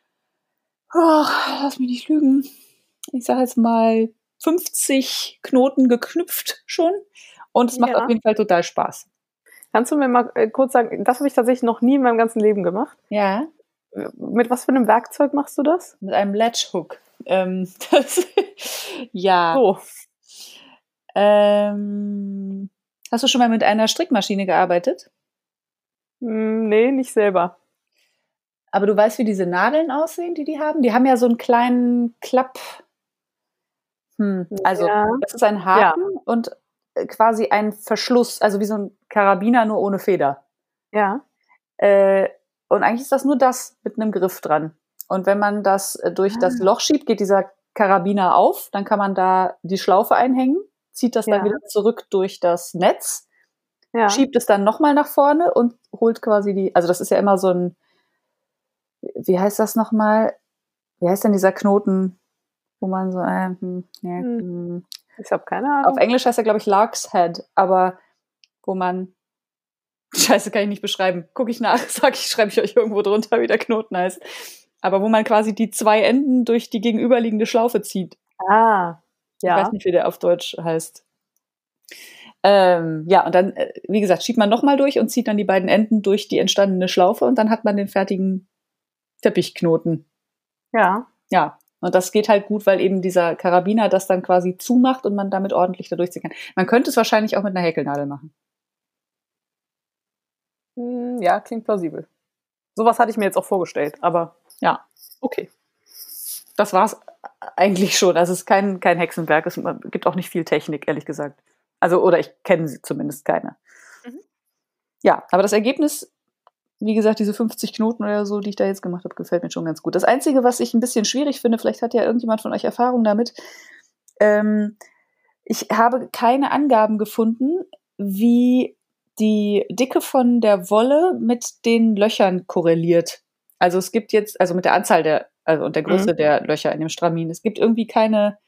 Speaker 1: oh, lass mich nicht lügen, ich sage jetzt mal fünfzig Knoten geknüpft schon und es macht ja auf jeden Fall total Spaß.
Speaker 2: Kannst du mir mal äh, kurz sagen, das habe ich tatsächlich noch nie in meinem ganzen Leben gemacht.
Speaker 1: Ja.
Speaker 2: Mit was für einem Werkzeug machst du das?
Speaker 1: Mit einem Latchhook. Ähm, das, ja.
Speaker 2: So.
Speaker 1: Ähm, hast du schon mal mit einer Strickmaschine gearbeitet?
Speaker 2: Mm, nee, nicht selber.
Speaker 1: Aber du weißt, wie diese Nadeln aussehen, die die haben? Die haben ja so einen kleinen Klapp. Hm. Also, ja. Das ist ein Haken ja. und quasi ein Verschluss, also wie so ein Karabiner, nur ohne Feder.
Speaker 2: Ja.
Speaker 1: Äh, und eigentlich ist das nur das mit einem Griff dran. Und wenn man das durch ah. das Loch schiebt, geht dieser Karabiner auf, dann kann man da die Schlaufe einhängen, zieht das ja. dann wieder zurück durch das Netz, ja. schiebt es dann nochmal nach vorne und holt quasi die, also das ist ja immer so ein, wie heißt das nochmal? Wie heißt denn dieser Knoten, wo man so, äh, hm, ja, hm.
Speaker 2: ich habe keine Ahnung.
Speaker 1: Auf Englisch heißt er, glaube ich, Lark's Head, aber wo man, Scheiße, kann ich nicht beschreiben. Gucke ich nach, sag ich, schreibe ich euch irgendwo drunter, wie der Knoten heißt. Aber wo man quasi die zwei Enden durch die gegenüberliegende Schlaufe zieht.
Speaker 2: Ah, ja.
Speaker 1: Ich weiß nicht, wie der auf Deutsch heißt. Ähm, ja, und dann, wie gesagt, schiebt man nochmal durch und zieht dann die beiden Enden durch die entstandene Schlaufe und dann hat man den fertigen Teppichknoten.
Speaker 2: Ja.
Speaker 1: Ja, und das geht halt gut, weil eben dieser Karabiner das dann quasi zumacht und man damit ordentlich da durchziehen kann. Man könnte es wahrscheinlich auch mit einer Häkelnadel machen.
Speaker 2: Ja, klingt plausibel. Sowas hatte ich mir jetzt auch vorgestellt, aber
Speaker 1: ja, okay. Das war's eigentlich schon. Also es ist kein, kein Hexenwerk, es gibt auch nicht viel Technik, ehrlich gesagt. Also, oder ich kenne sie zumindest keine. Mhm. Ja, aber das Ergebnis, wie gesagt, diese fünfzig Knoten oder so, die ich da jetzt gemacht habe, gefällt mir schon ganz gut. Das Einzige, was ich ein bisschen schwierig finde, vielleicht hat ja irgendjemand von euch Erfahrung damit, ähm, ich habe keine Angaben gefunden, wie die Dicke von der Wolle mit den Löchern korreliert. Also es gibt jetzt, also mit der Anzahl der, also und der Größe mhm. der Löcher in dem Stramin. Es gibt irgendwie keine,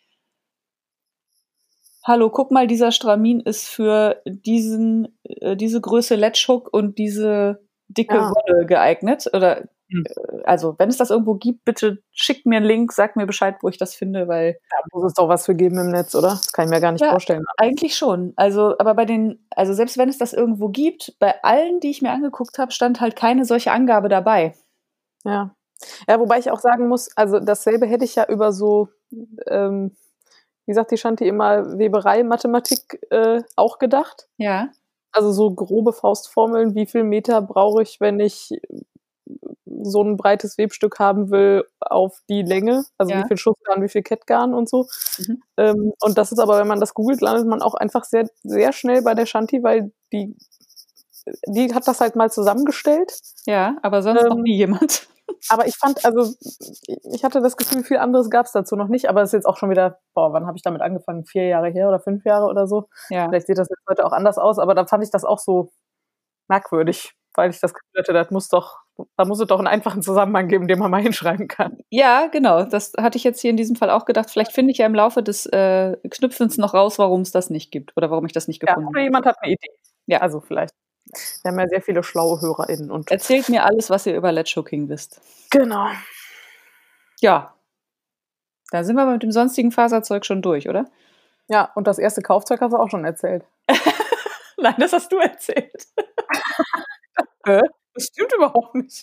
Speaker 1: hallo, guck mal, dieser Stramin ist für diesen, äh, diese Größe Latchhook und diese dicke ah. Wolle geeignet. Oder, mhm. äh, also wenn es das irgendwo gibt, bitte schickt mir einen Link, sagt mir Bescheid, wo ich das finde, weil
Speaker 2: Da muss es doch was für geben im Netz, oder? Das kann ich mir gar nicht
Speaker 1: ja,
Speaker 2: vorstellen.
Speaker 1: eigentlich schon. Also, aber bei den, also selbst wenn es das irgendwo gibt, bei allen, die ich mir angeguckt habe, stand halt keine solche Angabe dabei.
Speaker 2: Ja. Ja, wobei ich auch sagen muss, also dasselbe hätte ich ja über so, ähm, wie sagt die Shanti immer, Weberei, Mathematik äh, auch gedacht.
Speaker 1: Ja,
Speaker 2: Also so grobe Faustformeln, wie viel Meter brauche ich, wenn ich so ein breites Webstück haben will, auf die Länge, also
Speaker 1: Ja.
Speaker 2: wie viel Schussgarn, wie viel Kettgarn und so.
Speaker 1: Mhm.
Speaker 2: Ähm, und das ist aber, wenn man das googelt, landet man auch einfach sehr, sehr schnell bei der Shanti, weil die, die hat das halt mal zusammengestellt.
Speaker 1: Ja, aber sonst noch
Speaker 2: Ähm,
Speaker 1: nie jemand.
Speaker 2: Aber ich fand, also ich hatte das Gefühl, viel anderes gab es dazu noch nicht, aber es ist jetzt auch schon wieder, boah, wann habe ich damit angefangen? Vier Jahre her oder fünf Jahre oder so.
Speaker 1: Ja.
Speaker 2: Vielleicht sieht das jetzt heute auch anders aus, aber da fand ich das auch so merkwürdig, weil ich das Gefühl hatte, das muss doch, da muss es doch einen einfachen Zusammenhang geben, den man mal hinschreiben kann.
Speaker 1: Ja, genau. Das hatte ich jetzt hier in diesem Fall auch gedacht. Vielleicht finde ich ja im Laufe des äh, Knüpfens noch raus, warum es das nicht gibt oder warum ich das nicht
Speaker 2: Ja,
Speaker 1: gefunden
Speaker 2: oder
Speaker 1: habe.
Speaker 2: jemand hat eine Idee.
Speaker 1: Ja.
Speaker 2: Also vielleicht. Wir haben ja sehr viele schlaue HörerInnen. Und
Speaker 1: Erzählt mir alles, was ihr über Let's Cooking wisst.
Speaker 2: genau.
Speaker 1: Ja. Da sind wir mit dem sonstigen Faserzeug schon durch, oder?
Speaker 2: Ja, und das erste Kaufzeug hast du auch schon erzählt.
Speaker 1: Nein, das hast du erzählt.
Speaker 2: Hä? Das stimmt überhaupt nicht.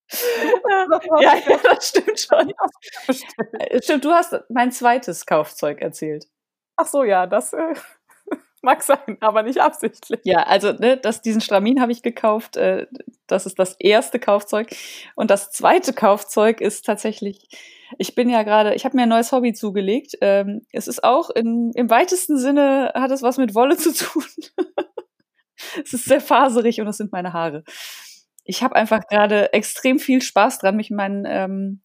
Speaker 1: Ja, ja, das stimmt schon. Äh, Stimmt, du hast mein zweites Kaufzeug erzählt.
Speaker 2: Ach so, ja, das äh, mag sein, aber nicht absichtlich.
Speaker 1: Ja, also ne, das, diesen Stramin habe ich gekauft. Äh, das ist das erste Kaufzeug. Und das zweite Kaufzeug ist tatsächlich, ich bin ja gerade, ich habe mir ein neues Hobby zugelegt. Ähm, es ist auch in, im weitesten Sinne, hat es was mit Wolle zu tun. Es ist sehr faserig und es sind meine Haare. Ich habe einfach gerade extrem viel Spaß dran, mich in meinen ähm,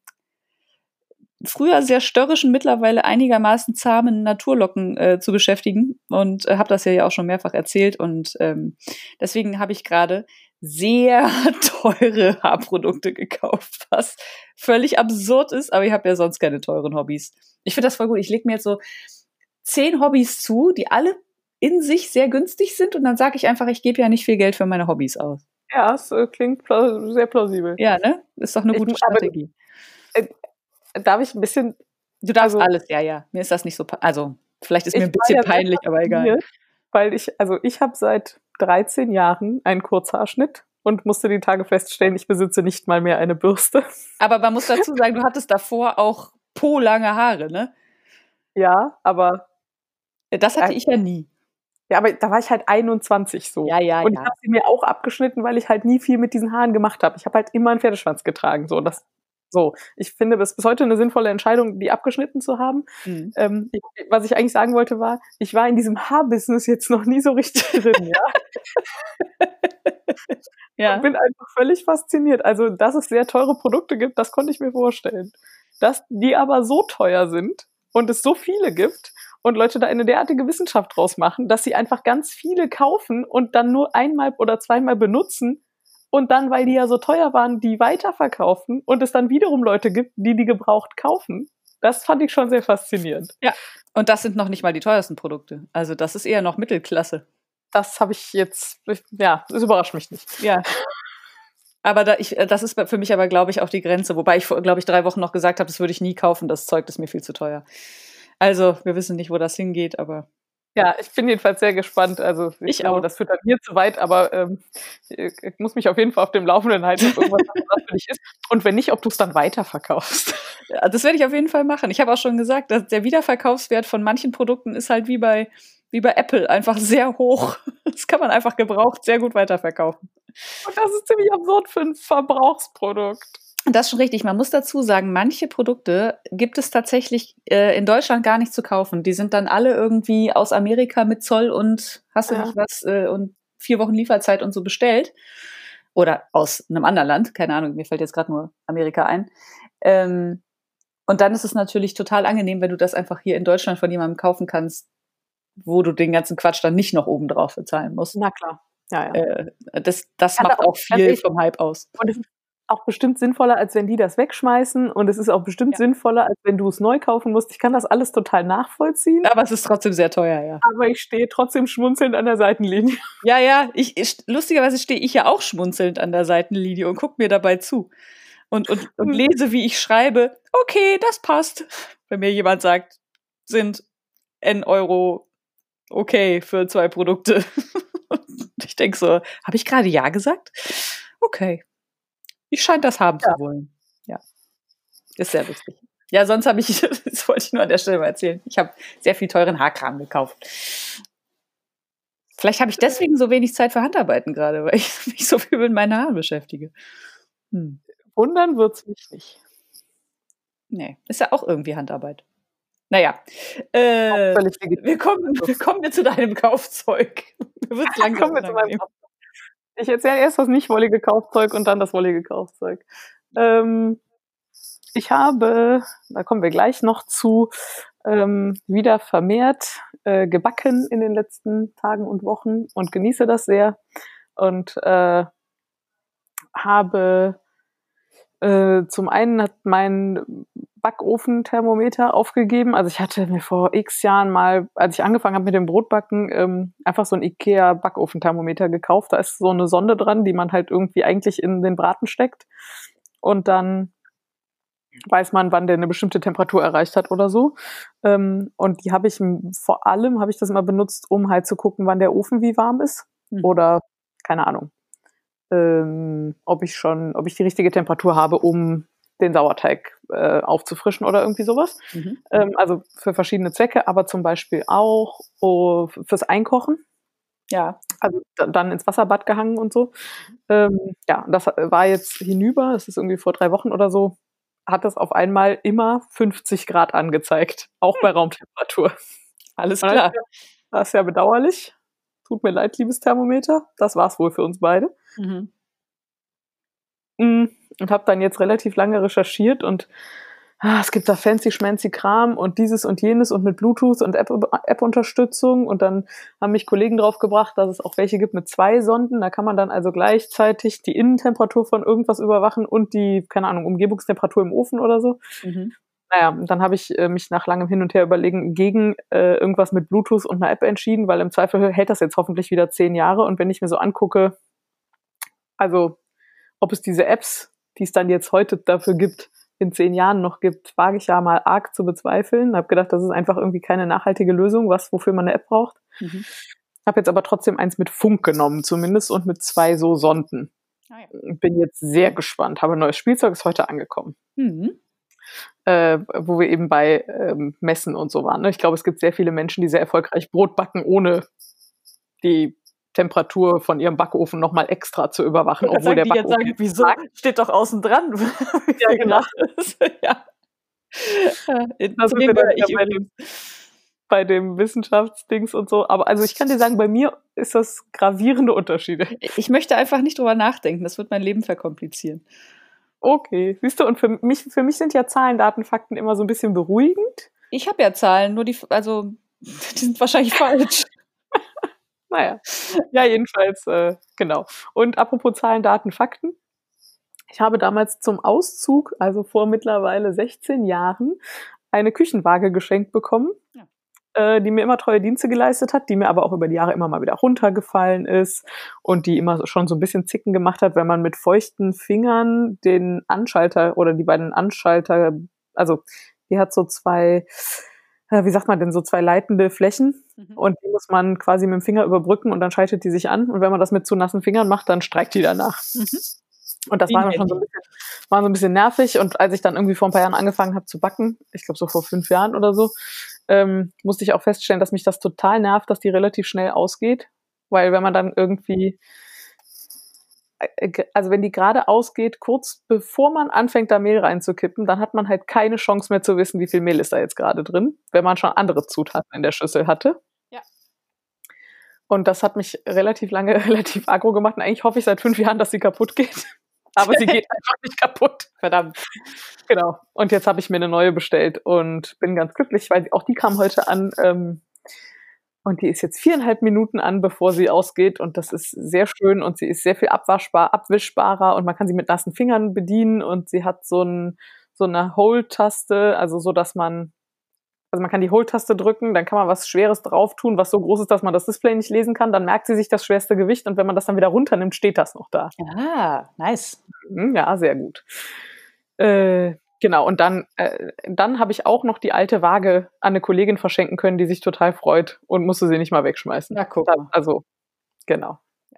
Speaker 1: früher sehr störrischen, mittlerweile einigermaßen zahmen Naturlocken äh, zu beschäftigen und äh, habe das ja auch schon mehrfach erzählt und ähm, deswegen habe ich gerade sehr teure Haarprodukte gekauft, was völlig absurd ist, aber ich habe ja sonst keine teuren Hobbys. Ich finde das voll gut. Ich lege mir jetzt so zehn Hobbys zu, die alle in sich sehr günstig sind und dann sage ich einfach, ich gebe ja nicht viel Geld für meine Hobbys aus.
Speaker 2: Ja, es äh, klingt pla- sehr plausibel.
Speaker 1: Ja, ne? Ist doch eine
Speaker 2: Ich
Speaker 1: gute
Speaker 2: mu- aber-
Speaker 1: Strategie.
Speaker 2: Darf ich ein bisschen.
Speaker 1: Du darfst
Speaker 2: also-
Speaker 1: alles, ja, ja. Mir ist das nicht so, pa- also vielleicht ist mir
Speaker 2: Ich
Speaker 1: ein bisschen
Speaker 2: war ja sehr
Speaker 1: peinlich, aber egal.
Speaker 2: fasziniert, Weil ich, also ich habe seit dreizehn Jahren einen Kurzhaarschnitt und musste die Tage feststellen, ich besitze nicht mal mehr eine Bürste.
Speaker 1: Aber man muss dazu sagen, du hattest davor auch po-lange Haare, ne?
Speaker 2: Ja, aber
Speaker 1: Das hatte
Speaker 2: Äh,
Speaker 1: ich ja nie.
Speaker 2: ja, aber da war ich halt einundzwanzig so.
Speaker 1: Ja, ja,
Speaker 2: und
Speaker 1: ja.
Speaker 2: ich habe sie mir auch abgeschnitten, weil ich halt nie viel mit diesen Haaren gemacht habe. Ich habe halt immer einen Pferdeschwanz getragen. So, das, so. Ich finde es bis heute eine sinnvolle Entscheidung, die abgeschnitten zu haben.
Speaker 1: Mhm.
Speaker 2: Ähm, ich, was ich eigentlich sagen wollte, war, ich war in diesem Haarbusiness jetzt noch nie so richtig drin, ja.
Speaker 1: Ja.
Speaker 2: Ich bin einfach völlig fasziniert. Also, dass es sehr teure Produkte gibt, das konnte ich mir vorstellen. Dass die aber so teuer sind und es so viele gibt und Leute da eine derartige Wissenschaft draus machen, dass sie einfach ganz viele kaufen und dann nur einmal oder zweimal benutzen und dann, weil die ja so teuer waren, die weiterverkaufen und es dann wiederum Leute gibt, die die gebraucht kaufen. Das fand ich schon sehr faszinierend.
Speaker 1: Und das sind noch nicht mal die teuersten Produkte. Also das ist eher noch Mittelklasse.
Speaker 2: Das habe ich jetzt, ja, das überrascht mich nicht.
Speaker 1: Ja. Aber da ich, das ist für mich aber, glaube ich, auch die Grenze. Wobei ich, vor, glaube ich, drei Wochen noch gesagt habe, das würde ich nie kaufen. Das Zeug ist mir viel zu teuer. Also, wir wissen nicht, wo das hingeht, aber
Speaker 2: Ja, ich bin jedenfalls sehr gespannt. Also ich,
Speaker 1: Ich
Speaker 2: glaube,
Speaker 1: auch.
Speaker 2: das führt dann hier zu weit, aber ähm, ich, ich muss mich auf jeden Fall auf dem Laufenden halten, ob irgendwas interessant für dich ist. Und wenn nicht, ob du es dann weiterverkaufst.
Speaker 1: ja, das werde ich auf jeden Fall machen. Ich habe auch schon gesagt, dass der Wiederverkaufswert von manchen Produkten ist halt wie bei, wie bei Apple einfach sehr hoch. Das kann man einfach gebraucht sehr gut weiterverkaufen.
Speaker 2: Und das ist ziemlich absurd für ein Verbrauchsprodukt.
Speaker 1: Das ist schon richtig. Man muss dazu sagen, manche Produkte gibt es tatsächlich äh, in Deutschland gar nicht zu kaufen. Die sind dann alle irgendwie aus Amerika mit Zoll und hast du
Speaker 2: Ja.
Speaker 1: nicht was äh, und vier Wochen Lieferzeit und so bestellt. Oder aus einem anderen Land. Keine Ahnung, mir fällt jetzt gerade nur Amerika ein. Ähm, und dann ist es natürlich total angenehm, wenn du das einfach hier in Deutschland von jemandem kaufen kannst, wo du den ganzen Quatsch dann nicht noch oben drauf bezahlen musst.
Speaker 2: Na klar. Ja, ja.
Speaker 1: Äh, das das
Speaker 2: Kann
Speaker 1: macht
Speaker 2: da auch-
Speaker 1: auch viel
Speaker 2: also ich-
Speaker 1: vom Hype aus.
Speaker 2: Und es ist auch bestimmt sinnvoller, als wenn die das wegschmeißen. Und es ist auch bestimmt
Speaker 1: Ja.
Speaker 2: sinnvoller, als wenn du es neu kaufen musst. Ich kann das alles total nachvollziehen.
Speaker 1: Aber es ist trotzdem sehr teuer, ja.
Speaker 2: Aber ich stehe trotzdem schmunzelnd an der Seitenlinie.
Speaker 1: Ja, ja, ich, ich lustigerweise stehe ich ja auch schmunzelnd an der Seitenlinie und gucke mir dabei zu. und, und, und lese, wie ich schreibe, okay, das passt. Wenn mir jemand sagt, sind N Euro okay für zwei Produkte. Ich denke so, habe ich gerade ja gesagt? Okay. Ich scheine das haben ja. zu wollen. Ja. Ist sehr lustig. Ja, sonst habe ich, das wollte ich nur an der Stelle mal erzählen, ich habe sehr viel teuren Haarkram gekauft. Vielleicht habe ich deswegen so wenig Zeit für Handarbeiten gerade, weil ich mich so viel mit meinen Haaren beschäftige.
Speaker 2: Hm. Wundern wird's mich nicht.
Speaker 1: Nee, ist ja auch irgendwie Handarbeit. Naja, äh, wir, kommen, wir kommen jetzt zu deinem Kaufzeug.
Speaker 2: Wird's langsam wir zu meinem Kaufzeug. Ich erzähle erst das nicht wollige Kaufzeug und dann das wollige Kaufzeug. Ähm, ich habe, da kommen wir gleich noch zu, ähm, wieder vermehrt äh, gebacken in den letzten Tagen und Wochen und genieße das sehr und äh, habe äh, zum einen hat mein Backofenthermometer aufgegeben. Also ich hatte mir vor x Jahren mal, als ich angefangen habe mit dem Brotbacken, ähm, einfach so ein Ikea Backofenthermometer gekauft. Da ist so eine Sonde dran, die man halt irgendwie eigentlich in den Braten steckt. Und dann weiß man, wann der eine bestimmte Temperatur erreicht hat oder so. Ähm, und die habe ich, vor allem habe ich das immer benutzt, um halt zu gucken, wann der Ofen wie warm ist. Mhm. Oder, keine Ahnung, ähm, ob ich schon, ob ich die richtige Temperatur habe, um den Sauerteig äh, aufzufrischen oder irgendwie sowas. Mhm. Ähm, also für verschiedene Zwecke, aber zum Beispiel auch oh, fürs Einkochen.
Speaker 1: Ja.
Speaker 2: Also d- dann ins Wasserbad gehangen und so. Ähm, ja, das war jetzt hinüber, das ist irgendwie vor drei Wochen oder so, hat das auf einmal immer fünfzig Grad angezeigt, auch bei Raumtemperatur.
Speaker 1: Alles klar.
Speaker 2: Das ist ja bedauerlich. Tut mir leid, liebes Thermometer. Das war's wohl für uns beide.
Speaker 1: Mhm.
Speaker 2: Und habe dann jetzt relativ lange recherchiert und ah, es gibt da fancy schmancy Kram und dieses und jenes und mit Bluetooth und App, App-Unterstützung und dann haben mich Kollegen drauf gebracht, dass es auch welche gibt mit zwei Sonden, da kann man dann also gleichzeitig die Innentemperatur von irgendwas überwachen und die, keine Ahnung, Umgebungstemperatur im Ofen oder so. Mhm. Naja, und dann habe ich äh, mich nach langem Hin und Her überlegen gegen äh, irgendwas mit Bluetooth und einer App entschieden, weil im Zweifel hält das jetzt hoffentlich wieder zehn Jahre und wenn ich mir so angucke, also ob es diese Apps, die es dann jetzt heute dafür gibt, in zehn Jahren noch gibt, wage ich ja mal arg zu bezweifeln. Habe gedacht, das ist einfach irgendwie keine nachhaltige Lösung, was wofür man eine App braucht. Mhm. Habe jetzt aber trotzdem eins mit Funk genommen, zumindest, und mit zwei so Sonden. Ah ja. Bin jetzt sehr gespannt. Habe ein neues Spielzeug, ist heute angekommen. Mhm. Äh, wo wir eben bei ähm, Messen und so waren. Ne? Ich glaube, es gibt sehr viele Menschen, die sehr erfolgreich Brot backen, ohne die Temperatur von ihrem Backofen nochmal extra zu überwachen, obwohl
Speaker 1: sagen,
Speaker 2: der
Speaker 1: die
Speaker 2: Backofen
Speaker 1: jetzt sagen, wieso? Steht doch außen dran.
Speaker 2: Ja, genau.
Speaker 1: Ja.
Speaker 2: Das ist ja ich bei, dem, bei dem Wissenschaftsdings und so. Aber also ich kann dir sagen, bei mir ist das gravierende Unterschiede.
Speaker 1: Ich möchte einfach nicht drüber nachdenken. Das wird mein Leben verkomplizieren.
Speaker 2: Okay, siehst du, und für mich, für mich sind ja Zahlen, Daten, Fakten immer so ein bisschen beruhigend.
Speaker 1: Ich habe ja Zahlen, nur die, also die sind wahrscheinlich falsch.
Speaker 2: Naja, ja, jedenfalls, äh, genau. Und apropos Zahlen, Daten, Fakten. Ich habe damals zum Auszug, also vor mittlerweile sechzehn Jahren, eine Küchenwaage geschenkt bekommen, ja. äh, die mir immer treue Dienste geleistet hat, die mir aber auch über die Jahre immer mal wieder runtergefallen ist und die immer schon so ein bisschen Zicken gemacht hat, wenn man mit feuchten Fingern den Anschalter oder die beiden Anschalter, also die hat so zwei, wie sagt man denn, so zwei leitende Flächen, mhm. und die muss man quasi mit dem Finger überbrücken und dann schaltet die sich an und wenn man das mit zu nassen Fingern macht, dann streikt die danach. Mhm. Und das war dann schon so ein bisschen, war so ein bisschen nervig und als ich dann irgendwie vor ein paar Jahren angefangen habe zu backen, ich glaube so vor fünf Jahren oder so, ähm, musste ich auch feststellen, dass mich das total nervt, dass die relativ schnell ausgeht, weil wenn man dann irgendwie also wenn die gerade ausgeht, kurz bevor man anfängt, da Mehl reinzukippen, dann hat man halt keine Chance mehr zu wissen, wie viel Mehl ist da jetzt gerade drin, wenn man schon andere Zutaten in der Schüssel hatte.
Speaker 1: Ja.
Speaker 2: Und das hat mich relativ lange, relativ aggro gemacht. Und eigentlich hoffe ich seit fünf Jahren, dass sie kaputt geht. Aber sie geht einfach nicht kaputt. Verdammt. Genau. Und jetzt habe ich mir eine neue bestellt und bin ganz glücklich, weil auch die kam heute an. Ähm, Und die ist jetzt viereinhalb Minuten an, bevor sie ausgeht. Und das ist sehr schön. Und sie ist sehr viel abwaschbar, abwischbarer. Und man kann sie mit nassen Fingern bedienen. Und sie hat so, ein, so eine Hold-Taste, also so, dass man, also man kann die Hold-Taste drücken, dann kann man was Schweres drauf tun, was so groß ist, dass man das Display nicht lesen kann. Dann merkt sie sich das schwerste Gewicht. Und wenn man das dann wieder runternimmt, steht das noch da.
Speaker 1: Ah, nice.
Speaker 2: Ja, sehr gut. Äh, genau, und dann, äh, dann habe ich auch noch die alte Waage an eine Kollegin verschenken können, die sich total freut und musste sie nicht mal wegschmeißen.
Speaker 1: Na, guck
Speaker 2: Da,
Speaker 1: mal.
Speaker 2: also, genau.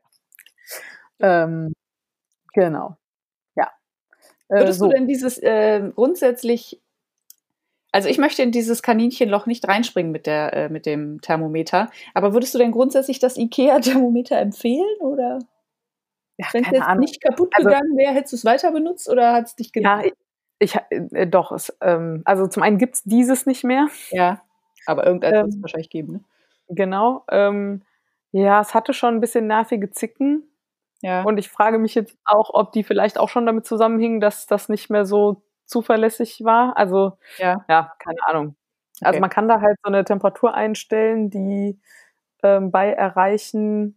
Speaker 2: Ähm, genau. Ja. Äh,
Speaker 1: Würdest du
Speaker 2: so.
Speaker 1: denn dieses äh, grundsätzlich, also ich möchte in dieses Kaninchenloch nicht reinspringen mit der äh, mit dem Thermometer, aber würdest du denn grundsätzlich das IKEA-Thermometer empfehlen oder
Speaker 2: Ja,
Speaker 1: wenn es
Speaker 2: keine
Speaker 1: jetzt
Speaker 2: Ahnung.
Speaker 1: nicht kaputt
Speaker 2: Also,
Speaker 1: gegangen wäre, hättest du es weiter benutzt oder hat es dich
Speaker 2: ja,
Speaker 1: genervt?
Speaker 2: ich, ich äh, doch, es, ähm, also zum einen gibt's dieses nicht mehr.
Speaker 1: Ja, aber irgendeins wird es
Speaker 2: Ähm,
Speaker 1: wahrscheinlich geben, ne?
Speaker 2: genau. Ähm, ja, es hatte schon ein bisschen nervige Zicken.
Speaker 1: Ja,
Speaker 2: Und ich frage mich jetzt auch, ob die vielleicht auch schon damit zusammenhingen, dass das nicht mehr so zuverlässig war. Also,
Speaker 1: ja,
Speaker 2: ja, keine Ahnung. Also,
Speaker 1: okay.
Speaker 2: man kann da halt so 'ne Temperatur einstellen, die, ähm, bei Erreichen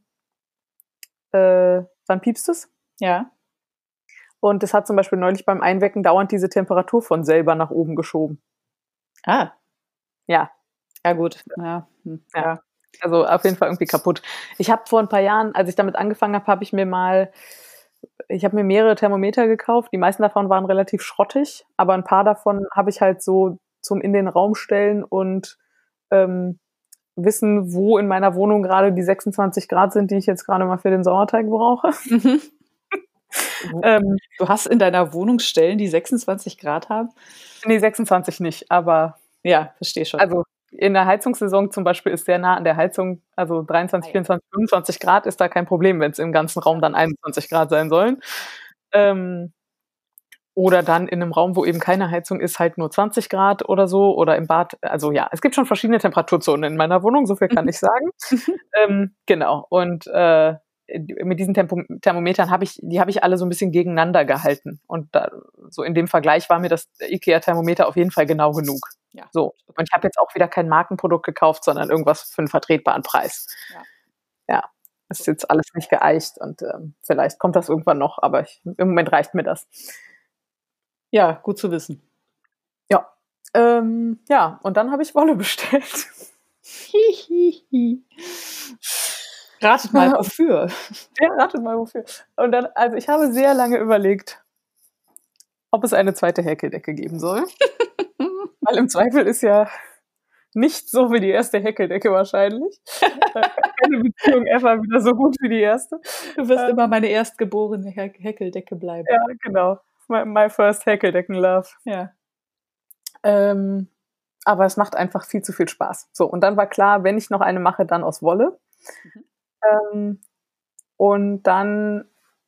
Speaker 2: äh, dann piepst es.
Speaker 1: Ja.
Speaker 2: Und das hat zum Beispiel neulich beim Einwecken dauernd diese Temperatur von selber nach oben geschoben.
Speaker 1: Ah,
Speaker 2: Ja,
Speaker 1: ja gut. Ja, hm,
Speaker 2: ja.
Speaker 1: ja.
Speaker 2: Also, auf jeden Fall irgendwie kaputt. Ich habe vor 'n paar Jahren, als ich damit angefangen habe, habe ich mir mal ich habe mir mehrere Thermometer gekauft. Die meisten davon waren relativ schrottig, aber 'n paar davon habe ich halt so zum in den Raum stellen und, ähm, wissen, wo in meiner Wohnung grade die sechsundzwanzig Grad sind, die ich jetzt grade mal für den Sauerteig brauche.
Speaker 1: Mhm. Wo
Speaker 2: Ähm,
Speaker 1: du hast in deiner Wohnung Stellen, die sechsundzwanzig Grad haben?
Speaker 2: ne, sechsundzwanzig nicht, aber
Speaker 1: Ja, verstehe schon.
Speaker 2: also, in der Heizungssaison zum Beispiel ist sehr nah an der Heizung, also
Speaker 1: Ah
Speaker 2: dreiundzwanzig,
Speaker 1: ja.
Speaker 2: vierundzwanzig, fünfundzwanzig Grad ist da kein Problem, wenn's im ganzen Raum dann einundzwanzig Grad sein sollen. Ähm, oder dann in 'nem Raum, wo eben keine Heizung ist, halt nur zwanzig Grad oder so oder im Bad. Also, ja, es gibt schon verschiedene Temperaturzonen in meiner Wohnung, so viel kann
Speaker 1: Mhm.
Speaker 2: ich sagen.
Speaker 1: Mhm.
Speaker 2: Ähm, genau und, äh, mit diesen Tempo Thermometern habe ich die habe ich alle so 'n bisschen gegeneinander gehalten und da so in dem Vergleich war mir das IKEA-Thermometer auf jeden Fall genau genug.
Speaker 1: Ja,
Speaker 2: So,
Speaker 1: gut,
Speaker 2: und
Speaker 1: okay.
Speaker 2: ich habe jetzt auch wieder kein Markenprodukt gekauft, sondern irgendwas für 'n vertretbaren Preis.
Speaker 1: Ja,
Speaker 2: Ja, ist
Speaker 1: gut.
Speaker 2: jetzt alles nicht geeicht und, ähm, vielleicht kommt das irgendwann noch, aber ich im Moment reicht mir das.
Speaker 1: Ja, gut zu wissen.
Speaker 2: Ja. Ähm, ja, und dann habe ich Wolle bestellt.
Speaker 1: Hihihi. Ratet mal, wofür?
Speaker 2: Ja, ratet mal wofür. Und dann also, ich habe sehr lange überlegt, ob es eine zweite Häkeldecke geben soll, weil im Zweifel ist ja nicht so wie die erste Häkeldecke wahrscheinlich. Äh, keine Beziehung ever wieder so gut wie die erste.
Speaker 1: Du wirst immer
Speaker 2: Ähm,
Speaker 1: meine erstgeborene Häk Häkeldecke bleiben.
Speaker 2: ja, genau. My my first Häkeldecken-Love.
Speaker 1: Ja.
Speaker 2: Ähm, aber es macht einfach viel zu viel Spaß. So, und dann war klar, wenn ich noch eine mache, dann aus Wolle.
Speaker 1: Mhm.
Speaker 2: Ähm, und dann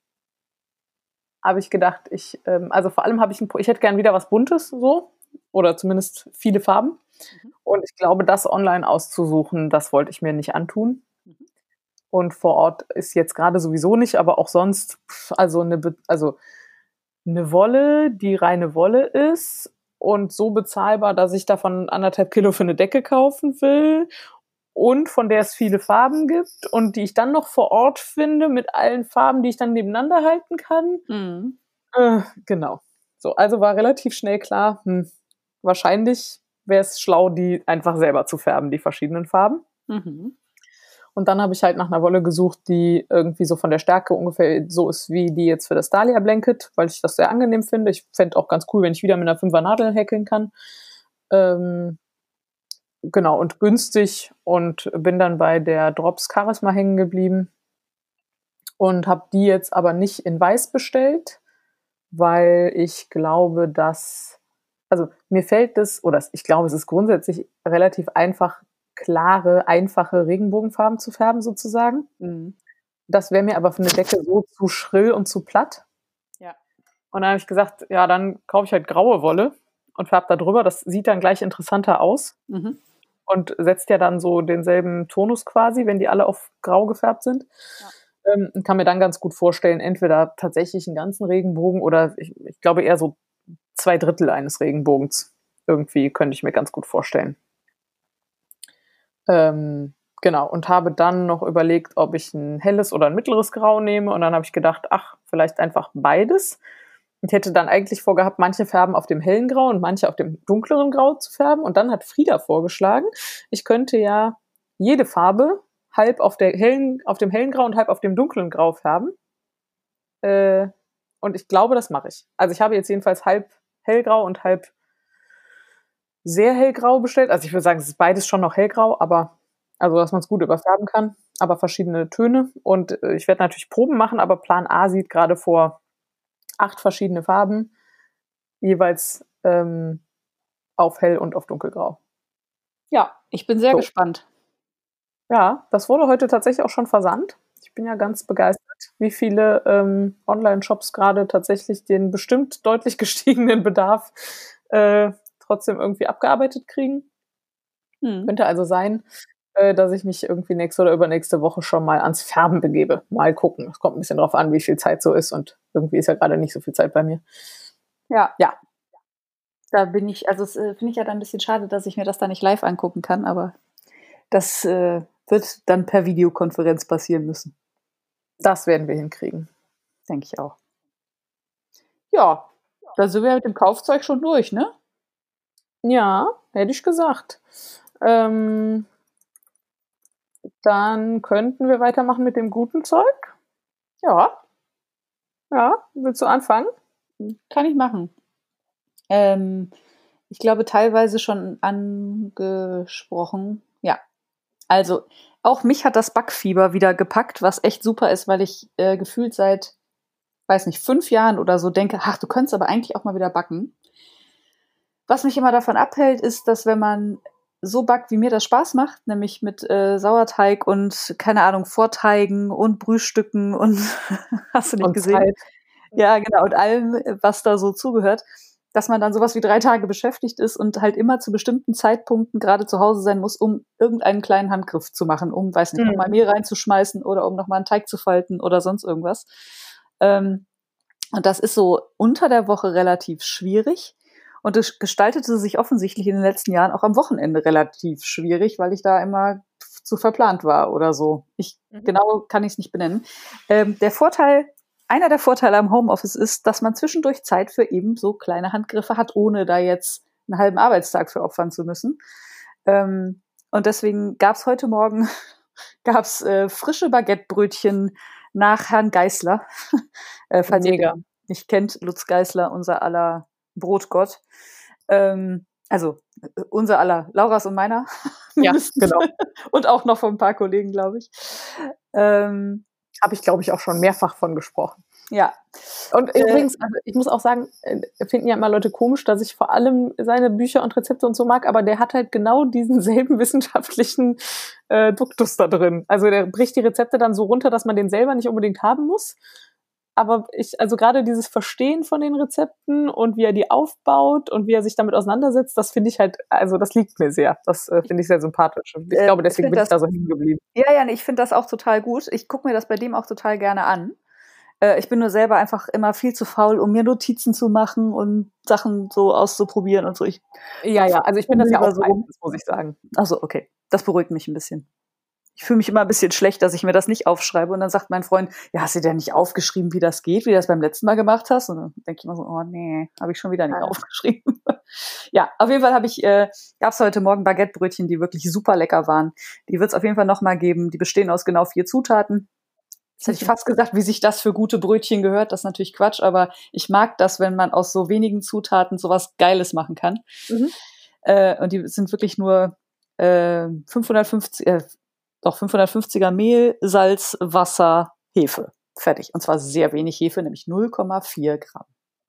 Speaker 2: habe ich gedacht, ich, ähm, also vor allem habe ich, ein, ich hätte gern wieder was Buntes so oder zumindest viele Farben.
Speaker 1: Mhm.
Speaker 2: Und ich glaube, das online auszusuchen, das wollte ich mir nicht antun.
Speaker 1: Mhm.
Speaker 2: Und vor Ort ist jetzt gerade sowieso nicht, aber auch sonst, pf, also eine, Be also eine Wolle, die reine Wolle ist und so bezahlbar, dass ich davon anderthalb Kilo für eine Decke kaufen will und von der es viele Farben gibt und die ich dann noch vor Ort finde mit allen Farben, die ich dann nebeneinander halten kann.
Speaker 1: Mhm.
Speaker 2: Äh, genau. So, also war relativ schnell klar, hm, wahrscheinlich wäre es schlau, die einfach selber zu färben, die verschiedenen Farben.
Speaker 1: Mhm.
Speaker 2: Und dann habe ich halt nach einer Wolle gesucht, die irgendwie so von der Stärke ungefähr so ist wie die jetzt für das Dahlia Blanket, weil ich das sehr angenehm finde. Ich fände auch ganz cool, wenn ich wieder mit einer Fünfer Nadel häkeln kann. Ähm, genau, und günstig und bin dann bei der Drops Charisma hängen geblieben und habe die jetzt aber nicht in weiß bestellt, weil ich glaube, dass, also mir fällt es, oder ich glaube, es ist grundsätzlich relativ einfach, klare, einfache Regenbogenfarben zu färben sozusagen.
Speaker 1: Mhm.
Speaker 2: Das wäre mir aber für eine Decke so zu schrill und zu platt.
Speaker 1: Ja.
Speaker 2: Und dann habe ich gesagt, ja, dann kaufe ich halt graue Wolle und färbe da drüber. Das sieht dann gleich interessanter aus
Speaker 1: Mhm.
Speaker 2: und setzt ja dann so denselben Tonus quasi, wenn die alle auf grau gefärbt sind.
Speaker 1: Ja.
Speaker 2: Ähm, und kann mir dann ganz gut vorstellen, entweder tatsächlich einen ganzen Regenbogen oder ich, ich glaube eher so zwei Drittel eines Regenbogens. Irgendwie könnte ich mir ganz gut vorstellen. Ähm, genau, und habe dann noch überlegt, ob ich ein helles oder ein mittleres Grau nehme. Und dann habe ich gedacht, ach, vielleicht einfach beides. Ich hätte dann eigentlich vorgehabt, manche Färben auf dem hellen Grau und manche auf dem dunkleren Grau zu färben. Und dann hat Frieda vorgeschlagen, ich könnte ja jede Farbe halb auf, der hellen, auf dem hellen Grau und halb auf dem dunklen Grau färben. Äh, und ich glaube, das mache ich. Also ich habe jetzt jedenfalls halb hellgrau und halb sehr hellgrau bestellt. Also ich würde sagen, es ist beides schon noch hellgrau, aber also dass man es gut überfärben kann, aber verschiedene Töne. Und äh, ich werde natürlich Proben machen, aber Plan A sieht gerade vor acht verschiedene Farben, jeweils ähm, auf hell und auf dunkelgrau.
Speaker 1: Ja, ich bin sehr
Speaker 2: So.
Speaker 1: gespannt.
Speaker 2: Ja, das wurde heute tatsächlich auch schon versandt. Ich bin ja ganz begeistert, wie viele ähm, Online-Shops gerade tatsächlich den bestimmt deutlich gestiegenen Bedarf äh, trotzdem irgendwie abgearbeitet kriegen.
Speaker 1: Hm.
Speaker 2: Könnte also sein, äh, dass ich mich irgendwie nächste oder übernächste Woche schon mal ans Färben begebe. Mal gucken. Es kommt ein bisschen drauf an, wie viel Zeit so ist und irgendwie ist ja gerade nicht so viel Zeit bei mir.
Speaker 1: Ja.
Speaker 2: Ja.
Speaker 1: Da bin ich, also es äh, finde ich ja dann ein bisschen schade, dass ich mir das da nicht live angucken kann, aber das äh, wird dann per Videokonferenz passieren müssen.
Speaker 2: Das werden wir hinkriegen.
Speaker 1: Denke ich auch. Ja, da sind wir mit dem Kaufzeug schon durch, ne?
Speaker 2: Ja, hätte ich gesagt. Ähm, dann könnten wir weitermachen mit dem guten Zeug.
Speaker 1: Ja.
Speaker 2: Ja, willst du anfangen?
Speaker 1: Kann ich machen. Ähm, ich glaube, teilweise schon angesprochen. Ja. Also, auch mich hat das Backfieber wieder gepackt, was echt super ist, weil ich äh, gefühlt seit, weiß nicht, fünf Jahren oder so denke, ach, du könntest aber eigentlich auch mal wieder backen. Was mich immer davon abhält, ist, dass wenn man so backt, wie mir das Spaß macht, nämlich mit äh, Sauerteig und, keine Ahnung, Vorteigen und Brühstücken und hast du nicht
Speaker 2: Und
Speaker 1: gesehen?
Speaker 2: Zeit.
Speaker 1: Ja, genau, und allem, was da so zugehört, dass man dann sowas wie drei Tage beschäftigt ist und halt immer zu bestimmten Zeitpunkten gerade zu Hause sein muss, um irgendeinen kleinen Handgriff zu machen, um, weiß nicht,
Speaker 2: Mhm.
Speaker 1: nochmal Mehl reinzuschmeißen oder um nochmal einen Teig zu falten oder sonst irgendwas. Ähm, und das ist so unter der Woche relativ schwierig. Und es gestaltete sich offensichtlich in den letzten Jahren auch am Wochenende relativ schwierig, weil ich da immer zu verplant war oder so. Ich,
Speaker 2: Mhm.
Speaker 1: genau kann ich es nicht benennen. Ähm, der Vorteil, einer der Vorteile am Homeoffice ist, dass man zwischendurch Zeit für eben so kleine Handgriffe hat, ohne da jetzt einen halben Arbeitstag für opfern zu müssen. Ähm, und deswegen gab es heute Morgen gab's, äh, frische Baguettebrötchen nach Herrn Geißler. äh, falls
Speaker 2: Mega.
Speaker 1: ihr den nicht kennt, Lutz Geißler, unser aller Brotgott. Ähm, also äh, unser aller, Lauras und meiner.
Speaker 2: Ja,
Speaker 1: mindestens.
Speaker 2: genau.
Speaker 1: Und auch noch von ein paar Kollegen, glaube ich. Ähm,
Speaker 2: Habe ich, glaube ich, auch schon mehrfach von gesprochen.
Speaker 1: ja.
Speaker 2: Und
Speaker 1: Äh,
Speaker 2: übrigens, also ich muss auch sagen, äh, finden ja immer Leute komisch, dass ich vor allem seine Bücher und Rezepte und so mag, aber der hat halt genau diesen selben wissenschaftlichen äh, Duktus da drin. Also der bricht die Rezepte dann so runter, dass man den selber nicht unbedingt haben muss. Aber ich, also gerade dieses Verstehen von den Rezepten und wie er die aufbaut und wie er sich damit auseinandersetzt, das finde ich halt, also das liegt mir sehr. Das äh, finde ich sehr sympathisch. Und ich
Speaker 1: Äh,
Speaker 2: glaube,
Speaker 1: ich
Speaker 2: deswegen
Speaker 1: find
Speaker 2: bin ich
Speaker 1: das-
Speaker 2: da so hängen geblieben.
Speaker 1: Ja, ja, nee, ich finde das auch total gut. Ich gucke mir das bei dem auch total gerne an. Äh, ich bin nur selber einfach immer viel zu faul, um mir Notizen zu machen und Sachen so auszuprobieren und so. Ich,
Speaker 2: Ja, ja, also ich bin das ja
Speaker 1: Lieber
Speaker 2: auch
Speaker 1: so.
Speaker 2: meistens, muss ich sagen.
Speaker 1: also okay, das beruhigt mich ein bisschen. Ich fühle mich immer ein bisschen schlecht, dass ich mir das nicht aufschreibe. Und dann sagt mein Freund, ja, hast du denn nicht aufgeschrieben, wie das geht, wie du das beim letzten Mal gemacht hast? Und dann denke ich immer so, oh nee, habe ich schon wieder nicht
Speaker 2: Ja.
Speaker 1: aufgeschrieben. Ja, auf jeden Fall habe ich, äh, gab es heute Morgen Baguettebrötchen, die wirklich super lecker waren. Die wird es auf jeden Fall nochmal geben. Die bestehen aus genau vier Zutaten. Jetzt hätte ich fast gesagt, wie sich das für gute Brötchen gehört. Das ist natürlich Quatsch, aber ich mag das, wenn man aus so wenigen Zutaten sowas Geiles machen kann.
Speaker 2: Mhm.
Speaker 1: Äh, und die sind wirklich nur äh, fünfhundertfünfzig, äh, doch fünfhundertfünfziger Mehl, Salz, Wasser, Hefe. Fertig. Und zwar sehr wenig Hefe, nämlich null Komma vier Gramm.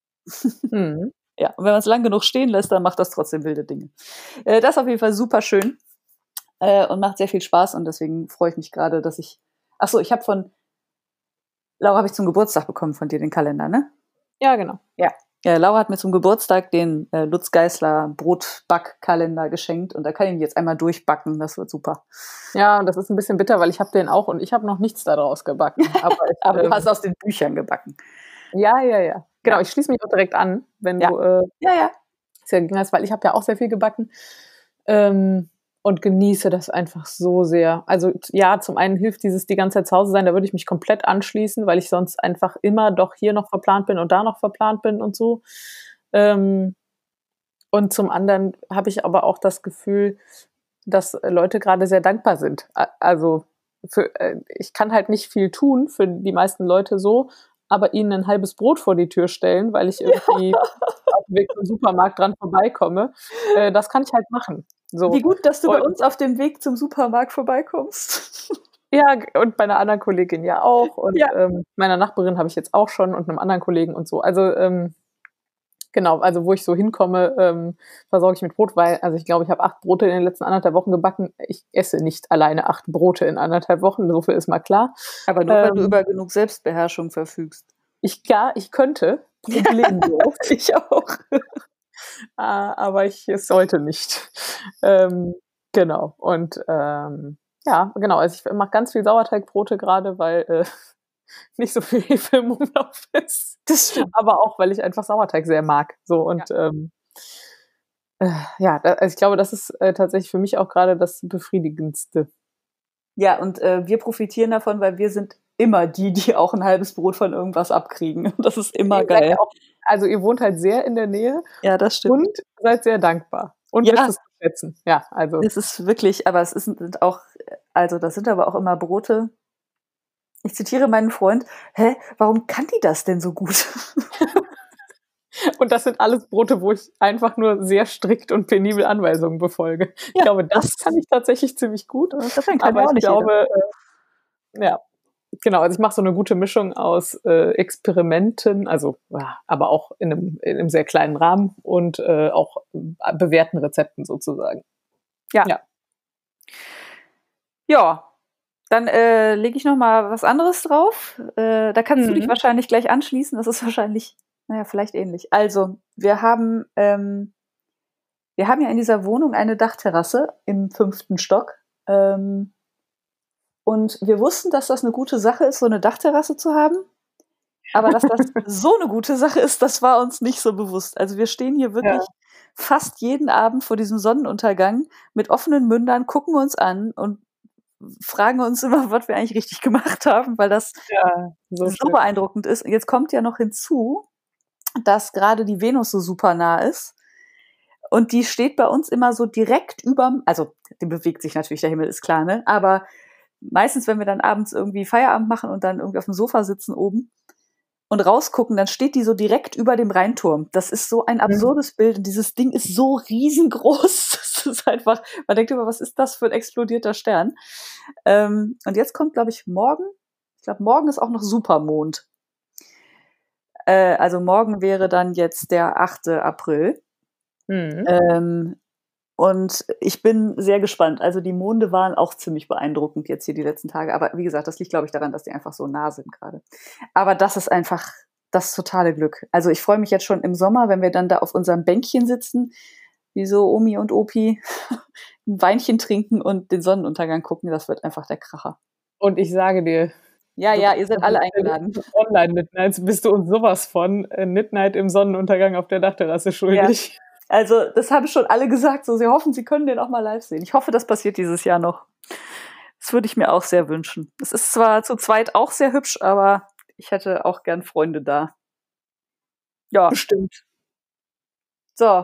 Speaker 2: Mhm.
Speaker 1: Ja, und wenn man es lang genug stehen lässt, dann macht das trotzdem wilde Dinge. Äh, das ist auf jeden Fall super schön äh, und macht sehr viel Spaß. Und deswegen freue ich mich gerade, dass ich. Ach so, ich habe von Laura habe ich zum Geburtstag bekommen von dir den Kalender, ne?
Speaker 2: Ja, genau.
Speaker 1: Ja. Ja, Laura hat mir zum Geburtstag den äh, Lutz Geißler Brotbackkalender geschenkt und da kann ich ihn jetzt einmal durchbacken. Das wird super.
Speaker 2: Ja, und das ist ein bisschen bitter, weil ich habe den auch und ich habe noch nichts daraus gebacken. Aber, ich,
Speaker 1: Aber du
Speaker 2: ähm,
Speaker 1: hast aus den Büchern gebacken.
Speaker 2: ja, ja, ja. Genau,
Speaker 1: Ja.
Speaker 2: ich schließe mich auch direkt an, wenn
Speaker 1: Ja.
Speaker 2: du äh,
Speaker 1: Ja, ja.
Speaker 2: sehr ging hast, weil ich habe ja auch sehr viel gebacken ähm, und genieße das einfach so sehr. Also ja, zum einen hilft dieses die ganze Zeit zu Hause sein, da würde ich mich komplett anschließen, weil ich sonst einfach immer doch hier noch verplant bin und da noch verplant bin und so. Ähm, und zum anderen habe ich aber auch das Gefühl, dass Leute gerade sehr dankbar sind. A- Also für, äh, ich kann halt nicht viel tun für die meisten Leute so, aber ihnen ein halbes Brot vor die Tür stellen, weil ich irgendwie ja. auf dem Weg zum Supermarkt dran vorbeikomme. Äh, das kann ich halt machen. So.
Speaker 1: Wie gut, dass du und, bei uns auf dem Weg zum Supermarkt vorbeikommst.
Speaker 2: Ja, und bei einer anderen Kollegin ja auch. Und ja. ähm, meiner Nachbarin habe ich jetzt auch schon und einem anderen Kollegen und so. Also ähm, genau, also wo ich so hinkomme, ähm, versorge ich mit Brot, weil, also ich glaube, ich habe acht Brote in den letzten anderthalb Wochen gebacken. Ich esse nicht alleine acht Brote in anderthalb Wochen, so viel ist mal klar.
Speaker 1: Aber nur, ähm, weil du über genug Selbstbeherrschung verfügst.
Speaker 2: Ich, ja, ich könnte, problemlos.
Speaker 1: Ja, ich auch.
Speaker 2: Aber ich, es sollte nicht. Ähm, genau, und ähm, ja, genau, also ich mache ganz viel Sauerteigbrote gerade, weil äh, nicht so viel Hefe im Umlauf ist.
Speaker 1: Das stimmt.
Speaker 2: Aber auch, weil ich einfach Sauerteig sehr mag. So und ja, ähm, äh, ja da, also ich glaube, das ist äh, tatsächlich für mich auch gerade das Befriedigendste.
Speaker 1: Ja, und äh, wir profitieren davon, weil wir sind immer die, die auch ein halbes Brot von irgendwas abkriegen. Das ist immer
Speaker 2: ich
Speaker 1: geil.
Speaker 2: Auch, also ihr wohnt halt sehr in der Nähe.
Speaker 1: Ja, das stimmt.
Speaker 2: Und seid sehr dankbar. Und
Speaker 1: ja.
Speaker 2: wisst es zu schätzen. Ja, also.
Speaker 1: Es ist wirklich, aber es sind auch, also das sind aber auch immer Brote. Ich zitiere meinen Freund, hä, warum kann die das denn so gut?
Speaker 2: Und das sind alles Brote, wo ich einfach nur sehr strikt und penibel Anweisungen befolge. Ja, ich glaube, das, das kann ich tatsächlich ziemlich gut.
Speaker 1: Das kann
Speaker 2: aber
Speaker 1: auch
Speaker 2: ich
Speaker 1: nicht
Speaker 2: glaube, äh, ja, genau, also ich mache so eine gute Mischung aus äh, Experimenten, also ja, aber auch in einem, in einem sehr kleinen Rahmen und äh, auch bewährten Rezepten sozusagen.
Speaker 1: Ja. Ja, ja. Dann äh, lege ich noch mal was anderes drauf. Äh, da kannst mhm. du dich wahrscheinlich gleich anschließen. Das ist wahrscheinlich, naja, vielleicht ähnlich. Also, wir haben, ähm, wir haben ja in dieser Wohnung eine Dachterrasse im fünften Stock. Ähm, und wir wussten, dass das eine gute Sache ist, so eine Dachterrasse zu haben. Aber dass das so eine gute Sache ist, das war uns nicht so bewusst. Also wir stehen hier wirklich ja. fast jeden Abend vor diesem Sonnenuntergang mit offenen Mündern, gucken uns an und fragen uns immer, was wir eigentlich richtig gemacht haben, weil das
Speaker 2: ja,
Speaker 1: so, so beeindruckend ist. Jetzt kommt ja noch hinzu, dass gerade die Venus so super nah ist. Und die steht bei uns immer so direkt überm, also die bewegt sich natürlich, der Himmel ist klar, ne? Aber meistens, wenn wir dann abends irgendwie Feierabend machen und dann irgendwie auf dem Sofa sitzen oben und rausgucken, dann steht die so direkt über dem Rheinturm. Das ist so ein absurdes mhm. Bild und dieses Ding ist so riesengroß. Das ist einfach, man denkt immer, was ist das für ein explodierter Stern? Ähm, und jetzt kommt, glaube ich, morgen, ich glaube, morgen ist auch noch Supermond. Äh, also morgen wäre dann jetzt der achte April. Mhm. Ähm, und ich bin sehr gespannt. Also die Monde waren auch ziemlich beeindruckend jetzt hier die letzten Tage. Aber wie gesagt, das liegt, glaube ich, daran, dass die einfach so nah sind gerade. Aber das ist einfach das totale Glück. Also ich freue mich jetzt schon im Sommer, wenn wir dann da auf unserem Bänkchen sitzen, wie so Omi und Opi, ein Weinchen trinken und den Sonnenuntergang gucken. Das wird einfach der Kracher.
Speaker 2: Und ich sage dir,
Speaker 1: ja, ja, ihr seid alle eingeladen.
Speaker 2: Online-Midnights bist du uns sowas von äh, Midnight im Sonnenuntergang auf der Dachterrasse schuldig.
Speaker 1: Ja. Also das haben schon alle gesagt, so sie hoffen, sie können den auch mal live sehen. Ich hoffe, das passiert dieses Jahr noch. Das würde ich mir auch sehr wünschen. Es ist zwar zu zweit auch sehr hübsch, aber ich hätte auch gern Freunde da. Ja.
Speaker 2: Bestimmt.
Speaker 1: So.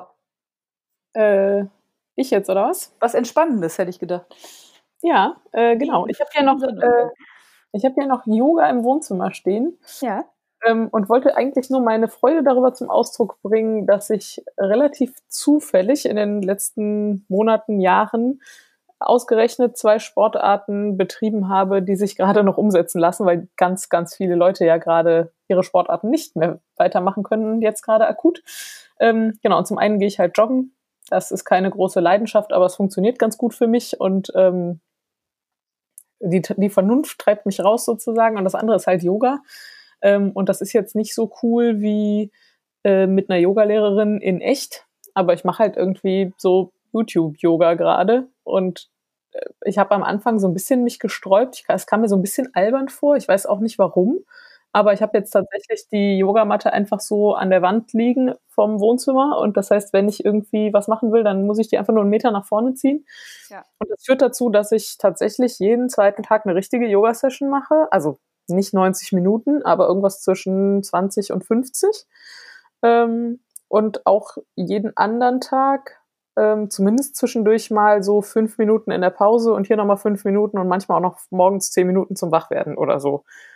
Speaker 2: Äh, ich jetzt, oder was?
Speaker 1: Was Entspannendes, hätte ich gedacht.
Speaker 2: Ja, äh, genau. Ich habe ja noch, äh, ich habe ja noch Yoga im Wohnzimmer stehen.
Speaker 1: Ja.
Speaker 2: Ähm, und wollte eigentlich nur meine Freude darüber zum Ausdruck bringen, dass ich relativ zufällig in den letzten Monaten, Jahren ausgerechnet zwei Sportarten betrieben habe, die sich gerade noch umsetzen lassen, weil ganz, ganz viele Leute ja gerade ihre Sportarten nicht mehr weitermachen können, jetzt gerade akut. Ähm, genau, und zum einen gehe ich halt joggen. Das ist keine große Leidenschaft, aber es funktioniert ganz gut für mich und ähm, die, die Vernunft treibt mich raus sozusagen. Und das andere ist halt Yoga. Ähm, und das ist jetzt nicht so cool wie äh, mit einer Yogalehrerin in echt, aber ich mache halt irgendwie so YouTube-Yoga gerade und äh, ich habe am Anfang so ein bisschen mich gesträubt. Ich, es kam mir so ein bisschen albern vor, ich weiß auch nicht warum, aber ich habe jetzt tatsächlich die Yogamatte einfach so an der Wand liegen vom Wohnzimmer und das heißt, wenn ich irgendwie was machen will, dann muss ich die einfach nur einen Meter nach vorne ziehen. Ja. Und das führt dazu, dass ich tatsächlich jeden zweiten Tag eine richtige Yoga-Session mache, also nicht neunzig Minuten, aber irgendwas zwischen zwanzig und fünfzig. Ähm, und auch jeden anderen Tag, ähm, zumindest zwischendurch mal so fünf Minuten in der Pause und hier nochmal fünf Minuten und manchmal auch noch morgens zehn Minuten zum Wachwerden oder so.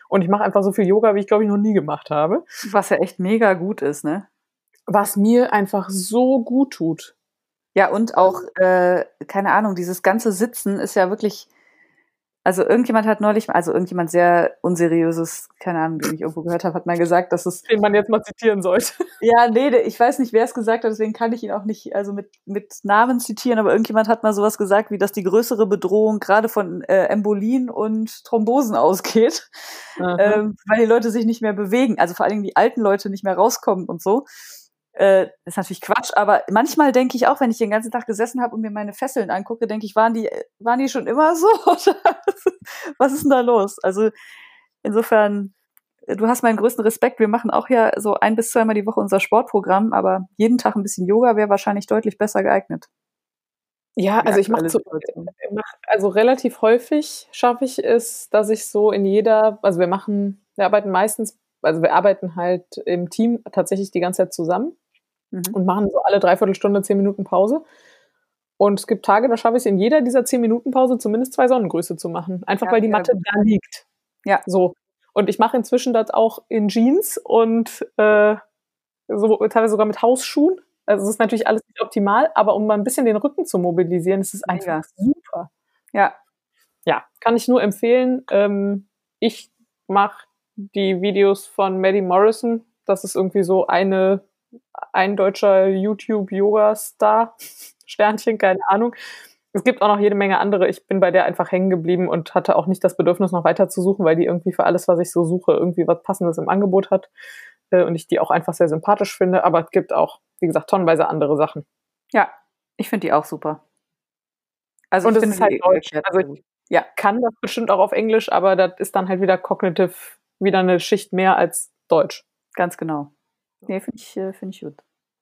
Speaker 2: Und ich mache einfach so viel Yoga, wie ich, glaube ich, noch nie gemacht habe.
Speaker 1: Was ja echt mega gut ist, ne?
Speaker 2: Was mir einfach so gut tut.
Speaker 1: Ja, und auch, äh, keine Ahnung, dieses ganze Sitzen ist ja wirklich, also irgendjemand hat neulich, also irgendjemand sehr unseriöses, keine Ahnung, den ich irgendwo gehört habe, hat mal gesagt, dass es...
Speaker 2: Den man jetzt mal zitieren sollte.
Speaker 1: Ja, nee, ich weiß nicht, wer es gesagt hat, deswegen kann ich ihn auch nicht, also mit, mit Namen zitieren, aber irgendjemand hat mal sowas gesagt, wie dass die größere Bedrohung gerade von äh, Embolien und Thrombosen ausgeht, ähm, weil die Leute sich nicht mehr bewegen, also vor allen Dingen die alten Leute nicht mehr rauskommen und so. Äh, ist natürlich Quatsch, aber manchmal denke ich auch, wenn ich den ganzen Tag gesessen habe und mir meine Fesseln angucke, denke ich, waren die, waren die schon immer so? Oder was ist denn da los? Also insofern, du hast meinen größten Respekt. Wir machen auch ja so ein bis zweimal die Woche unser Sportprogramm, aber jeden Tag ein bisschen Yoga wäre wahrscheinlich deutlich besser geeignet.
Speaker 2: Ja, also ich mache so, mach, also relativ häufig schaffe ich es, dass ich so in jeder, also wir machen, wir arbeiten meistens, also wir arbeiten halt im Team tatsächlich die ganze Zeit zusammen mhm. und machen so alle dreiviertel Stunde zehn Minuten Pause. Und es gibt Tage, da schaffe ich es in jeder dieser zehn Minuten Pause zumindest zwei Sonnengrüße zu machen. Einfach ja, weil die Matte gut. da liegt.
Speaker 1: Ja.
Speaker 2: So. Und ich mache inzwischen das auch in Jeans und äh, so, teilweise sogar mit Hausschuhen. Also es ist natürlich alles nicht optimal, aber um mal ein bisschen den Rücken zu mobilisieren, ist es einfach super.
Speaker 1: Ja.
Speaker 2: Ja, kann ich nur empfehlen. Ähm, ich mache die Videos von Maddie Morrison. Das ist irgendwie so eine, ein deutscher YouTube-Yoga-Star. Sternchen, keine Ahnung. Es gibt auch noch jede Menge andere. Ich bin bei der einfach hängen geblieben und hatte auch nicht das Bedürfnis, noch weiter zu suchen, weil die irgendwie für alles, was ich so suche, irgendwie was Passendes im Angebot hat. Und ich die auch einfach sehr sympathisch finde. Aber es gibt auch, wie gesagt, tonnenweise andere Sachen.
Speaker 1: Ja, ich finde die auch super. Also
Speaker 2: und
Speaker 1: ich
Speaker 2: es ist halt Deutsch. Also ich ja. kann das bestimmt auch auf Englisch, aber das ist dann halt wieder cognitive, wieder eine Schicht mehr als Deutsch.
Speaker 1: Ganz genau. Nee, finde ich, find ich gut.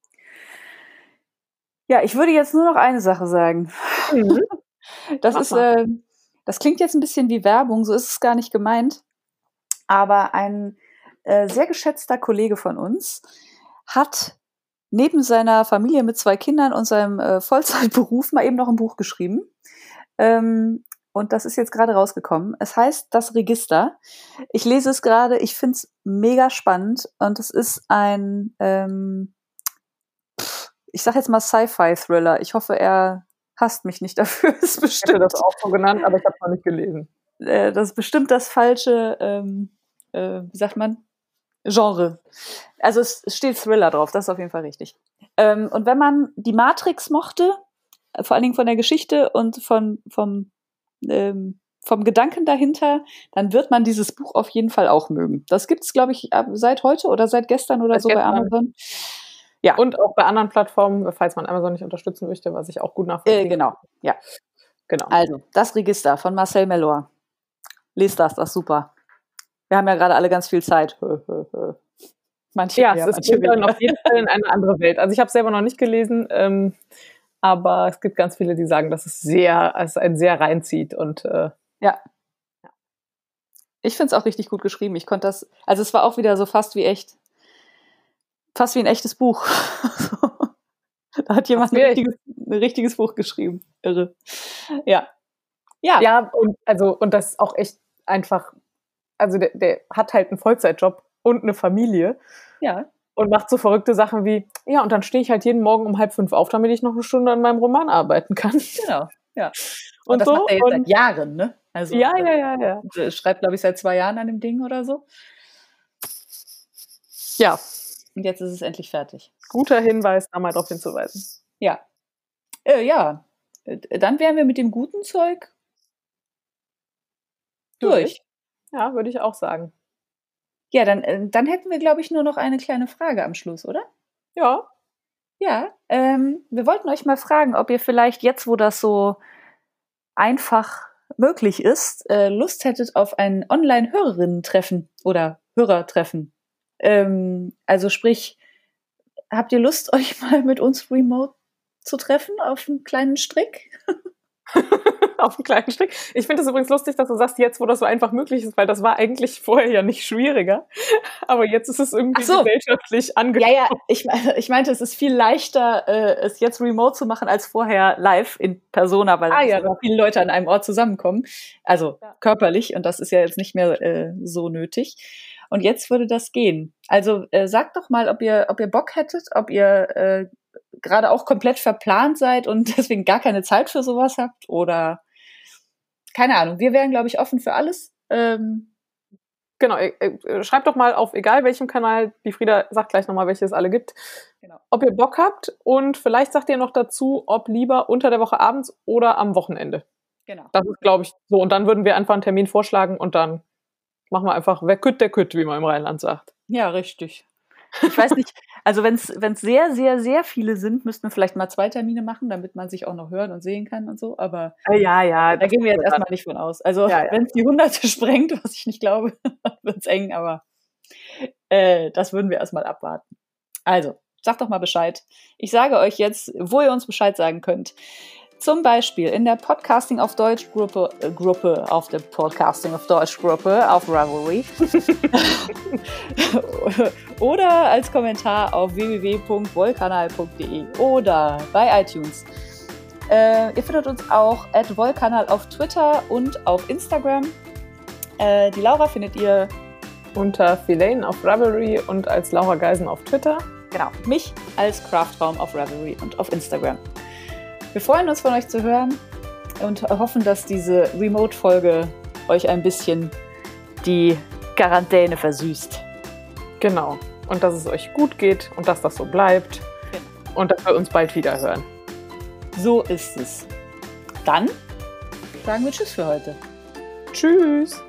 Speaker 1: Ja, ich würde jetzt nur noch eine Sache sagen. Mhm. Das Mach ist, äh, das klingt jetzt ein bisschen wie Werbung, so ist es gar nicht gemeint. Aber ein äh, sehr geschätzter Kollege von uns hat neben seiner Familie mit zwei Kindern und seinem äh, Vollzeitberuf mal eben noch ein Buch geschrieben. Ähm, und das ist jetzt gerade rausgekommen. Es heißt Das Register. Ich lese es gerade, ich finde es mega spannend und es ist ein ähm, ich sag jetzt mal Sci-Fi-Thriller. Ich hoffe, er hasst mich nicht dafür. Das ist bestimmt,
Speaker 2: ich hätte das auch so genannt, aber ich habe es noch nicht gelesen.
Speaker 1: Äh, das ist bestimmt das falsche, ähm, äh, wie sagt man, Genre. Also es steht Thriller drauf, das ist auf jeden Fall richtig. Ähm, und wenn man die Matrix mochte, vor allen Dingen von der Geschichte und von, vom, ähm, vom Gedanken dahinter, dann wird man dieses Buch auf jeden Fall auch mögen. Das gibt es, glaube ich, seit heute oder seit gestern oder seit so gestern. Bei Amazon.
Speaker 2: Ja. Und auch bei anderen Plattformen, falls man Amazon nicht unterstützen möchte, was ich auch gut nachvollziehen
Speaker 1: äh, Genau, ja.
Speaker 2: Genau.
Speaker 1: Also, Das Register von Marcel Mellor. Lest das, das ist super. Wir haben ja gerade alle ganz viel Zeit.
Speaker 2: Manche ja, mehr, es ist dann auf jeden Fall in eine andere Welt. Also ich habe es selber noch nicht gelesen, ähm, aber es gibt ganz viele, die sagen, dass es sehr, es einen sehr reinzieht. Und äh,
Speaker 1: ja. Ich finde es auch richtig gut geschrieben. Ich konnte das, also es war auch wieder so fast wie echt. Fast wie ein echtes Buch. Da hat jemand ein richtiges, ein richtiges Buch geschrieben. Irre. Ja.
Speaker 2: Ja. Ja, und, also, und das ist auch echt einfach, also der, der hat halt einen Vollzeitjob und eine Familie.
Speaker 1: Ja.
Speaker 2: Und macht so verrückte Sachen wie, ja, und dann stehe ich halt jeden Morgen um halb fünf auf, damit ich noch eine Stunde an meinem Roman arbeiten kann.
Speaker 1: Genau, ja.
Speaker 2: Und, und das so,
Speaker 1: macht er jetzt seit Jahren, ne?
Speaker 2: Also, ja, ja, ja, ja.
Speaker 1: Schreibt, glaube ich, seit zwei Jahren an dem Ding oder so.
Speaker 2: Ja.
Speaker 1: Und jetzt ist es endlich fertig.
Speaker 2: Guter Hinweis, da mal drauf hinzuweisen.
Speaker 1: Ja. Äh, ja. Dann wären wir mit dem guten Zeug durch. durch.
Speaker 2: Ja, würde ich auch sagen.
Speaker 1: Ja, dann, dann hätten wir, glaube ich, nur noch eine kleine Frage am Schluss, oder?
Speaker 2: Ja.
Speaker 1: Ja, ähm, wir wollten euch mal fragen, ob ihr vielleicht jetzt, wo das so einfach möglich ist, äh, Lust hättet auf ein Online-Hörerinnen-Treffen oder Hörertreffen. Ähm, also sprich, habt ihr Lust, euch mal mit uns remote zu treffen auf einen kleinen Strick?
Speaker 2: auf einen kleinen Strick. Ich finde es übrigens lustig, dass du sagst, jetzt, wo das so einfach möglich ist, weil das war eigentlich vorher ja nicht schwieriger. Aber jetzt ist es irgendwie so gesellschaftlich angekommen.
Speaker 1: Ja, ja, ich, ich meinte, es ist viel leichter, äh, es jetzt remote zu machen, als vorher live in Persona, weil ah, ja, so viele Leute an einem Ort zusammenkommen. Also ja. körperlich. Und das ist ja jetzt nicht mehr äh, so nötig. Und jetzt würde das gehen. Also äh, sagt doch mal, ob ihr, ob ihr Bock hättet, ob ihr äh, gerade auch komplett verplant seid und deswegen gar keine Zeit für sowas habt oder keine Ahnung. Wir wären, glaube ich, offen für alles. Ähm
Speaker 2: genau, äh, schreibt doch mal auf egal welchem Kanal, die Frieda sagt gleich nochmal, welche es alle gibt, genau. ob ihr Bock habt und vielleicht sagt ihr noch dazu, ob lieber unter der Woche abends oder am Wochenende.
Speaker 1: Genau.
Speaker 2: Das ist, glaube ich, so. Und dann würden wir einfach einen Termin vorschlagen und dann machen wir einfach, wer kütt, der kütt, wie man im Rheinland sagt.
Speaker 1: Ja, richtig. Ich weiß nicht, also wenn es sehr, sehr, sehr viele sind, müssten wir vielleicht mal zwei Termine machen, damit man sich auch noch hören und sehen kann und so, aber
Speaker 2: ja, ja,
Speaker 1: da gehen wir jetzt erstmal nicht von aus. Also ja, ja. wenn es die Hunderte sprengt, was ich nicht glaube, wird es eng, aber äh, das würden wir erstmal abwarten. Also, sagt doch mal Bescheid. Ich sage euch jetzt, wo ihr uns Bescheid sagen könnt. Zum Beispiel in der Podcasting auf Deutsch Gruppe, äh, Gruppe auf der Podcasting auf Deutsch Gruppe auf Ravelry oder als Kommentar auf w w w punkt wollkanal punkt de oder bei iTunes. Äh, ihr findet uns auch at wollkanal auf Twitter und auf Instagram. Äh, die Laura findet ihr
Speaker 2: unter Filane auf Ravelry und als Laura Geisen auf Twitter.
Speaker 1: Genau, mich als Craftraum auf Ravelry und auf Instagram. Wir freuen uns, von euch zu hören und hoffen, dass diese Remote-Folge euch ein bisschen die Quarantäne versüßt.
Speaker 2: Genau. Und dass es euch gut geht und dass das so bleibt. Genau. Und dass wir uns bald wieder hören.
Speaker 1: So ist es. Dann sagen wir Tschüss für heute.
Speaker 2: Tschüss.